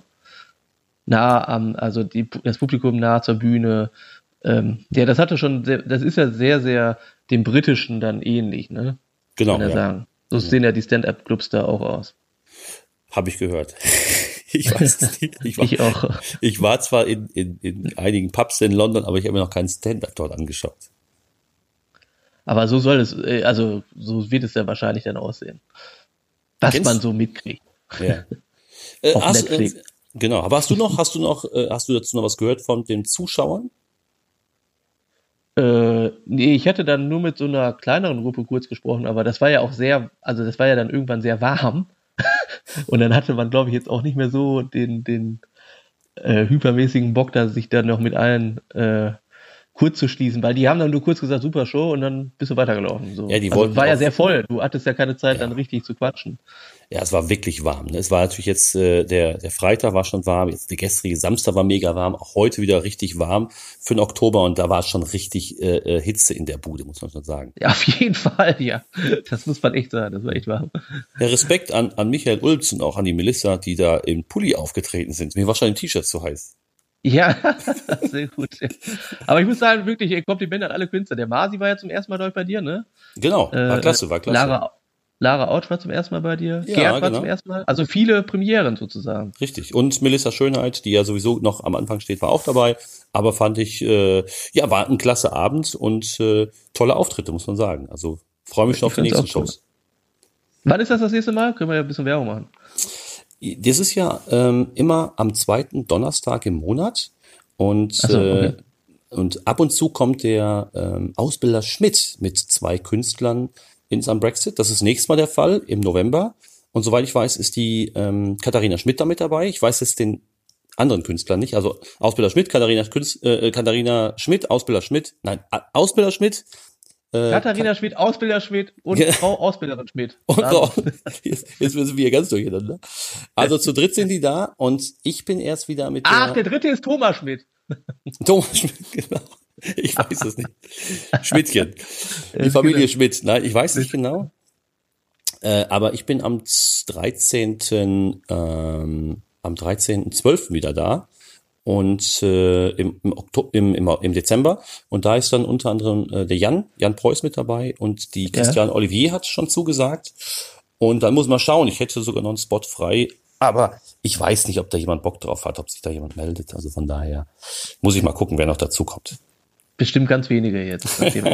Also das Publikum nah zur Bühne. Ja, das ist ja sehr, sehr dem Britischen dann ähnlich, ne? Genau. Kann man sagen. So sehen ja die Stand-Up-Clubs da auch aus. Habe ich gehört. Ich weiß es nicht. Ich auch. Ich war zwar in einigen Pubs in London, aber ich habe mir noch keinen Stand-Up dort angeschaut. Aber so so wird es ja wahrscheinlich dann aussehen. Was man so mitkriegt. Ja. Auf Netflix. Genau. Aber hast du dazu noch was gehört von den Zuschauern? Nee, ich hatte dann nur mit so einer kleineren Gruppe kurz gesprochen, aber das war ja auch das war ja dann irgendwann sehr warm. Und dann hatte man, glaube ich, jetzt auch nicht mehr so den hypermäßigen Bock, da sich dann noch mit allen kurz zu schließen, weil die haben dann nur kurz gesagt, super Show, und dann bist du weitergelaufen. So. Ja, die wollten war ja sehr voll. Du hattest ja keine Zeit, dann richtig zu quatschen. Ja, es war wirklich warm. Ne? Es war natürlich jetzt, der Freitag war schon warm, jetzt der gestrige Samstag war mega warm, auch heute wieder richtig warm für den Oktober, und da war schon richtig Hitze in der Bude, muss man schon sagen. Ja, auf jeden Fall, ja. Das muss man echt sagen, das war echt warm. Ja, Respekt an Michael Ulbz und auch an die Melissa, die da im Pulli aufgetreten sind. Mir war schon ein T-Shirt zu heiß. Ja, sehr gut. Aber ich muss sagen, wirklich, Kompliment an alle Künstler. Der Masi war ja zum ersten Mal dort bei dir, ne? Genau, war klasse. Lara Autsch war zum ersten Mal bei dir. Ja, Gerd war zum ersten Mal. Also viele Premieren sozusagen. Richtig. Und Melissa Schönheit, die ja sowieso noch am Anfang steht, war auch dabei. Aber fand ich, war ein klasse Abend und tolle Auftritte, muss man sagen. Also freue mich schon auf die nächsten Shows. Wann ist das nächste Mal? Können wir ja ein bisschen Werbung machen. Das ist ja immer am 2. Donnerstag im Monat und und ab und zu kommt der Ausbilder Schmidt mit 2 Künstlern ins am Brexit. Das ist nächstes Mal der Fall im November, und soweit ich weiß, ist die Katharina Schmidt da mit dabei. Ich weiß jetzt den anderen Künstlern nicht, also Ausbilder Schmidt, Katharina Schmidt, Ausbilder Schmidt, Ausbilder Schmidt. Katharina Schmidt, Ausbilder Schmidt und Frau Ausbilderin Schmidt. Und jetzt müssen wir ganz durcheinander. Also zu dritt sind die da, und ich bin erst wieder mit der dritte ist Thomas Schmidt. Thomas Schmidt, genau. Ich weiß es nicht. Schmidtchen. Die Familie Schmidt. Nein, ich weiß nicht genau. Aber ich bin am 13.12. wieder da. Und im Dezember, und da ist dann unter anderem der Jan Preuß mit dabei, und die Christiane Olivier hat schon zugesagt, und dann muss man schauen, ich hätte sogar noch einen Spot frei, aber ich weiß nicht, ob da jemand Bock drauf hat, ob sich da jemand meldet, also von daher muss ich mal gucken, wer noch dazu kommt. Bestimmt ganz wenige jetzt.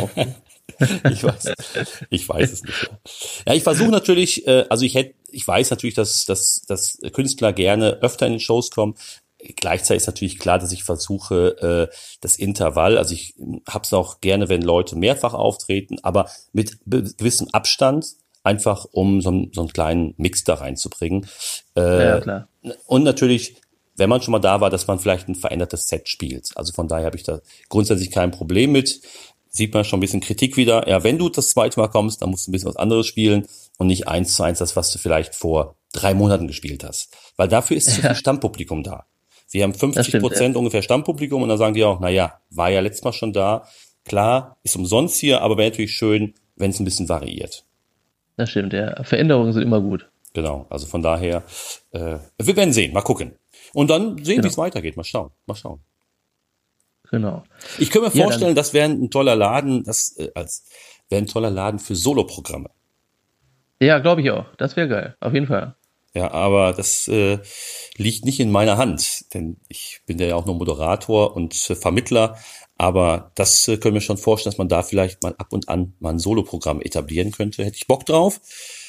Ich weiß es nicht. Ja, ich versuche natürlich, ich weiß natürlich, dass Künstler gerne öfter in den Shows kommen. Gleichzeitig ist natürlich klar, dass ich versuche, das Intervall, also ich hab's auch gerne, wenn Leute mehrfach auftreten, aber mit gewissem Abstand, einfach um so einen kleinen Mix da reinzubringen. Ja, klar. Und natürlich, wenn man schon mal da war, dass man vielleicht ein verändertes Set spielt. Also von daher habe ich da grundsätzlich kein Problem mit. Sieht man schon ein bisschen Kritik wieder. Ja, wenn du das zweite Mal kommst, dann musst du ein bisschen was anderes spielen und nicht 1:1 das, was du vielleicht vor 3 Monaten gespielt hast. Weil dafür ist zu viel Stammpublikum da. Wir haben 50% ungefähr Stammpublikum, und dann sagen die auch, war ja letztes Mal schon da. Klar, ist umsonst hier, aber wäre natürlich schön, wenn es ein bisschen variiert. Das stimmt, ja. Veränderungen sind immer gut. Genau, also von daher, wir werden sehen, mal gucken. Und dann sehen, wie es weitergeht. Mal schauen. Genau. Ich könnte mir vorstellen, das wäre ein toller Laden, wäre ein toller Laden für Soloprogramme. Ja, glaube ich auch. Das wäre geil. Auf jeden Fall. Ja, aber das liegt nicht in meiner Hand, denn ich bin ja auch nur Moderator und Vermittler. Aber das können wir schon vorstellen, dass man da vielleicht mal ab und an mal ein Soloprogramm etablieren könnte. Hätte ich Bock drauf.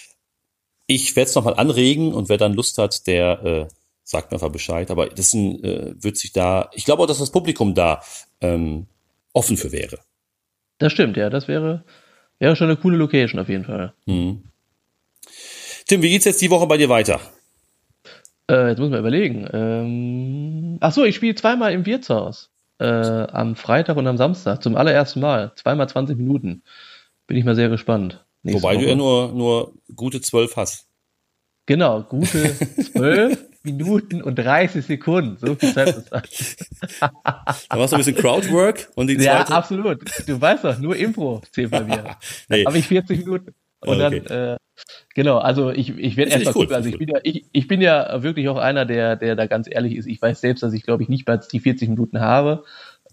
Ich werde es nochmal anregen und wer dann Lust hat, der sagt mir einfach Bescheid. Aber das wird sich da, ich glaube auch, dass das Publikum da offen für wäre. Das stimmt, ja, das wäre schon eine coole Location auf jeden Fall. Mhm. Tim, wie geht's jetzt die Woche bei dir weiter? Jetzt muss man überlegen. Ach so, ich spiele zweimal im Wirtshaus. Am Freitag und am Samstag. Zum allerersten Mal. Zweimal 20 Minuten. Bin ich mal sehr gespannt. Wobei du ja nur gute 12 hast. Genau, gute 12 Minuten und 30 Sekunden. So viel Zeit ist das. Da machst du ein bisschen Crowdwork und die zweite. Ja, absolut. Du weißt doch, nur Impro zählt bei mir. Nee. Habe ich 40 Minuten. Und okay. Dann, genau, also ich werde erst mal gucken. Also ich bin ja wirklich auch einer, der da ganz ehrlich ist. Ich weiß selbst, dass ich, glaube ich, nicht mal die 40 Minuten habe.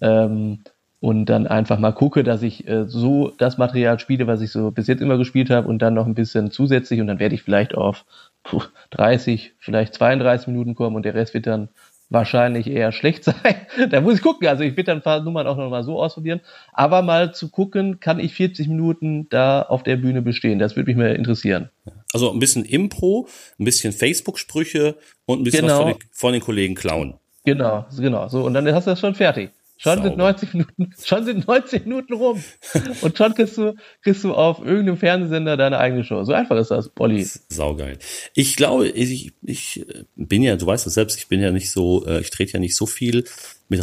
Und dann einfach mal gucke, dass ich so das Material spiele, was ich so bis jetzt immer gespielt habe und dann noch ein bisschen zusätzlich und dann werde ich vielleicht auf 30, vielleicht 32 Minuten kommen und der Rest wird dann wahrscheinlich eher schlecht sein. Da muss ich gucken, also ich werde dann ein paar Nummern auch noch mal so ausprobieren, aber mal zu gucken, kann ich 40 Minuten da auf der Bühne bestehen, das würde mich mal interessieren. Also ein bisschen Impro, ein bisschen Facebook-Sprüche und ein bisschen was von den Kollegen klauen. Genau, so und dann hast du das schon fertig. Schon sind 90 Minuten rum. Und schon kriegst du auf irgendeinem Fernsehsender deine eigene Show. So einfach ist das, Olli. Saugeil. Ich glaube, ich bin ja, du weißt das selbst, ich bin ja nicht so, ich trete ja nicht so viel mit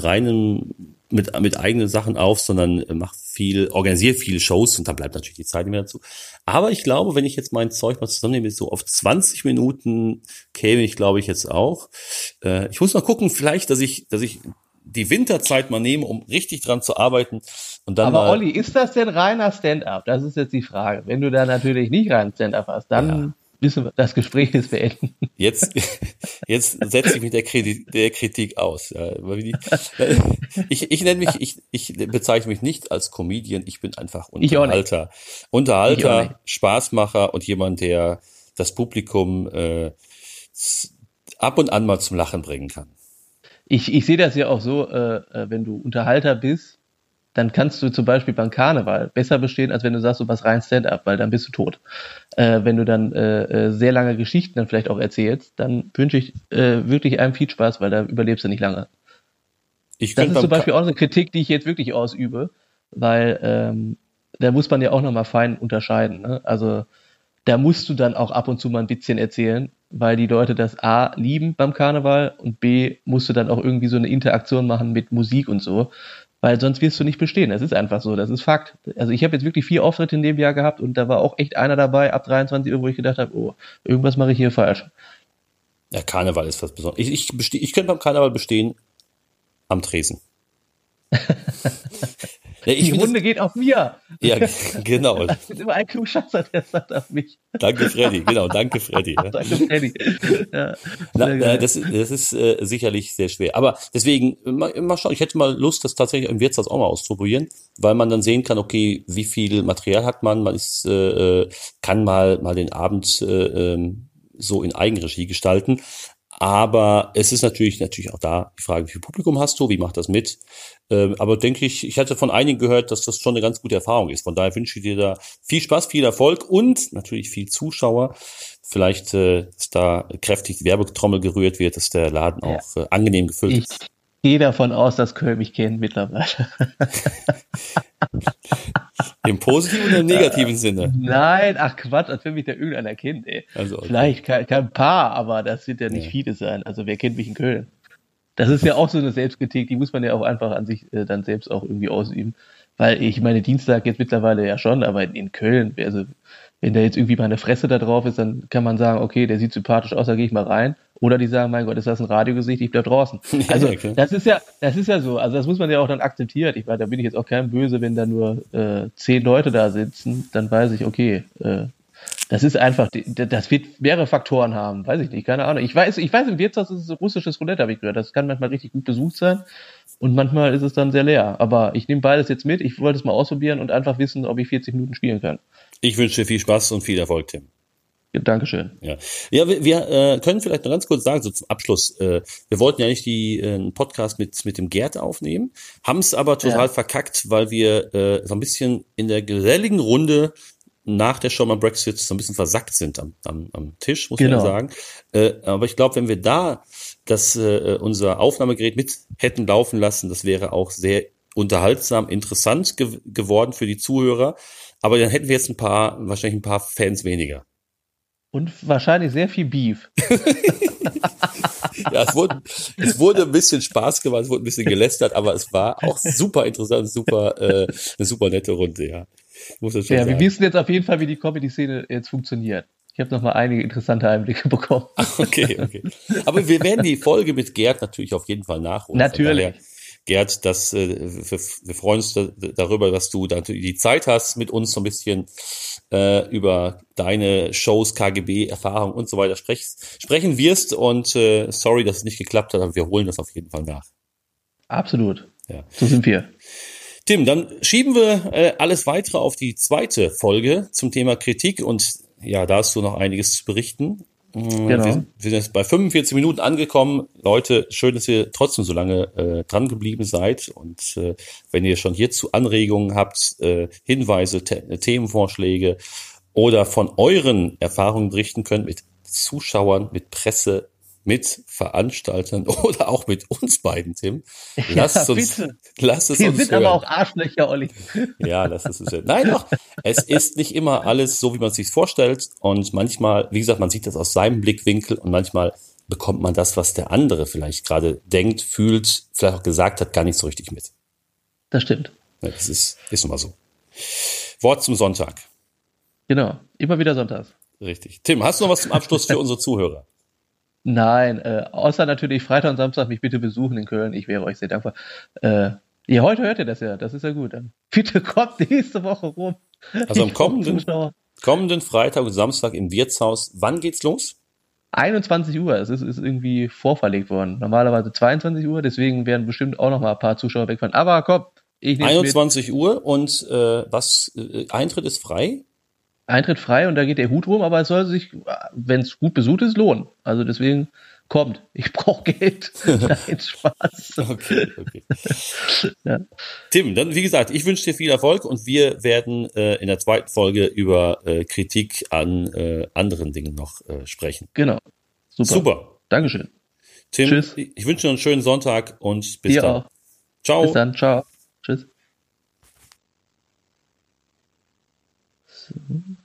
eigenen Sachen auf, sondern organisiere viele Shows und dann bleibt natürlich die Zeit nicht mehr dazu. Aber ich glaube, wenn ich jetzt mein Zeug mal zusammennehme, so auf 20 Minuten käme ich, glaube ich, jetzt auch. Ich muss mal gucken, vielleicht, dass ich die Winterzeit mal nehme, um richtig dran zu arbeiten. Und dann aber Olli, ist das denn reiner Stand-up? Das ist jetzt die Frage. Wenn du da natürlich nicht rein Stand-up hast, dann wissen wir, das Gespräch ist beenden. Jetzt setze ich mich der Kritik aus. Ich bezeichne mich nicht als Comedian, ich bin einfach Unterhalter. Unterhalter, Spaßmacher und jemand, der das Publikum ab und an mal zum Lachen bringen kann. Ich sehe das ja auch so, wenn du Unterhalter bist, dann kannst du zum Beispiel beim Karneval besser bestehen, als wenn du sagst, du machst rein Stand-up, weil dann bist du tot. Wenn du dann sehr lange Geschichten dann vielleicht auch erzählst, dann wünsche ich wirklich einem viel Spaß, weil da überlebst du nicht lange. Das ist zum Beispiel auch eine Kritik, die ich jetzt wirklich ausübe, weil da muss man ja auch nochmal fein unterscheiden. Ne? Also da musst du dann auch ab und zu mal ein bisschen erzählen, weil die Leute das A lieben beim Karneval und B musst du dann auch irgendwie so eine Interaktion machen mit Musik und so, weil sonst wirst du nicht bestehen. Das ist einfach so, das ist Fakt. Also ich habe jetzt wirklich 4 Auftritte in dem Jahr gehabt und da war auch echt einer dabei ab 23 Uhr, wo ich gedacht habe, oh, irgendwas mache ich hier falsch. Ja, Karneval ist was Besonderes. Ich könnte beim Karneval bestehen am Tresen. Ja, die Runde geht auf mir. Ja, genau. Das ist immer ein Klugscheißer, der sagt auf mich. Danke, Freddy. Genau, danke, Freddy. Danke, Freddy. Ja, das ist sicherlich sehr schwer. Aber deswegen, mal schauen, ich hätte mal Lust, das tatsächlich im Wirtshaus auch mal auszuprobieren, weil man dann sehen kann, okay, wie viel Material hat man. Man kann mal den Abend so in Eigenregie gestalten. Aber es ist natürlich auch da die Frage, wie viel Publikum hast du, wie macht das mit? Aber denke ich hatte von einigen gehört, dass das schon eine ganz gute Erfahrung ist. Von daher wünsche ich dir da viel Spaß, viel Erfolg und natürlich viel Zuschauer. Vielleicht, dass da kräftig die Werbetrommel gerührt wird, dass der Laden auch angenehm gefüllt ist. Ich gehe davon aus, dass Köln mich kennt mittlerweile. Im positiven oder im negativen Sinne? Nein, ach Quatsch, als wenn mich da irgendeiner kennt, ey. Also, okay. Vielleicht kein Paar, aber das wird ja nicht viele sein. Also wer kennt mich in Köln? Das ist ja auch so eine Selbstkritik, die muss man ja auch einfach an sich dann selbst auch irgendwie ausüben. Weil ich meine, Dienstag jetzt mittlerweile ja schon, aber in Köln, also wenn da jetzt irgendwie mal eine Fresse da drauf ist, dann kann man sagen, okay, der sieht sympathisch aus, da gehe ich mal rein. Oder die sagen, mein Gott, ist das ein Radiogesicht, ich bleib draußen. Also das ist ja so, also das muss man ja auch dann akzeptieren. Ich meine, da bin ich jetzt auch kein Böse, wenn da nur 10 Leute da sitzen, dann weiß ich, okay, das ist einfach, das wird mehrere Faktoren haben, weiß ich nicht, keine Ahnung. Ich weiß, im Wirtshaus ist es russisches Roulette, habe ich gehört. Das kann manchmal richtig gut besucht sein und manchmal ist es dann sehr leer. Aber ich nehme beides jetzt mit, ich wollte es mal ausprobieren und einfach wissen, ob ich 40 Minuten spielen kann. Ich wünsche dir viel Spaß und viel Erfolg, Tim. Ja, Dankeschön. Ja, wir können vielleicht noch ganz kurz sagen, so zum Abschluss, wir wollten ja nicht einen Podcast mit dem Gerd aufnehmen, haben es aber total verkackt, weil wir so ein bisschen in der geselligen Runde nach der Show mal Brexit so ein bisschen versackt sind am Tisch, muss man ja sagen. Aber ich glaube, wenn wir da unser Aufnahmegerät mit hätten laufen lassen, das wäre auch sehr unterhaltsam, interessant geworden für die Zuhörer. Aber dann hätten wir jetzt wahrscheinlich ein paar Fans weniger. Und wahrscheinlich sehr viel Beef. Ja, es wurde ein bisschen Spaß gemacht, es wurde ein bisschen gelästert, aber es war auch super interessant, eine super nette Runde, ja. Muss das schon sagen. Wir wissen jetzt auf jeden Fall, wie die Comedy-Szene jetzt funktioniert. Ich habe noch mal einige interessante Einblicke bekommen. Okay. Aber wir werden die Folge mit Gerd natürlich auf jeden Fall nachholen. Natürlich. Gerd, wir freuen uns darüber, dass du da die Zeit hast, mit uns so ein bisschen über deine Shows, KGB-Erfahrung und so weiter sprechen wirst. Und sorry, dass es nicht geklappt hat, aber wir holen das auf jeden Fall nach. Absolut. Ja. So sind wir. Tim, dann schieben wir alles weitere auf die zweite Folge zum Thema Kritik. Und ja, da hast du noch einiges zu berichten. Genau. Wir sind jetzt bei 45 Minuten angekommen. Leute, schön, dass ihr trotzdem so lange dran geblieben seid. Und wenn ihr schon hierzu Anregungen habt, Hinweise, Themenvorschläge oder von euren Erfahrungen berichten könnt mit Zuschauern, mit Presse, mit Veranstaltern oder auch mit uns beiden, Tim. Lasst es uns Wir sind hören. aber auch Arschlöcher, Olli. Ja, lasst es uns hören. Nein, doch. Es ist nicht immer alles so, wie man es sich vorstellt. Und manchmal, wie gesagt, man sieht das aus seinem Blickwinkel und manchmal bekommt man das, was der andere vielleicht gerade denkt, fühlt, vielleicht auch gesagt hat, gar nicht so richtig mit. Das stimmt. Ja, das ist nun mal so. Wort zum Sonntag. Genau. Immer wieder sonntags. Richtig. Tim, hast du noch was zum Abschluss für unsere Zuhörer? Nein, außer natürlich Freitag und Samstag mich bitte besuchen in Köln. Ich wäre euch sehr dankbar. Ja, heute hört ihr das ja. Das ist ja gut. Bitte kommt nächste Woche rum. Also am kommenden Freitag und Samstag im Wirtshaus. Wann geht's los? 21 Uhr. Es ist irgendwie vorverlegt worden. Normalerweise 22 Uhr. Deswegen werden bestimmt auch noch mal ein paar Zuschauer wegfahren. Aber komm, ich nehme 21 Uhr und Eintritt ist frei? Eintritt frei und da geht der Hut rum, aber es soll sich, wenn es gut besucht ist, lohnen. Also deswegen kommt. Ich brauche Geld. Nein, Spaß. Okay. Ja. Tim, dann wie gesagt, ich wünsche dir viel Erfolg und wir werden in der zweiten Folge über Kritik an anderen Dingen noch sprechen. Genau. Super. Dankeschön. Tim, Tschüss. Ich wünsche dir einen schönen Sonntag und bis Dir dann. auch. Ciao. Bis dann. Ciao. Tschüss. So.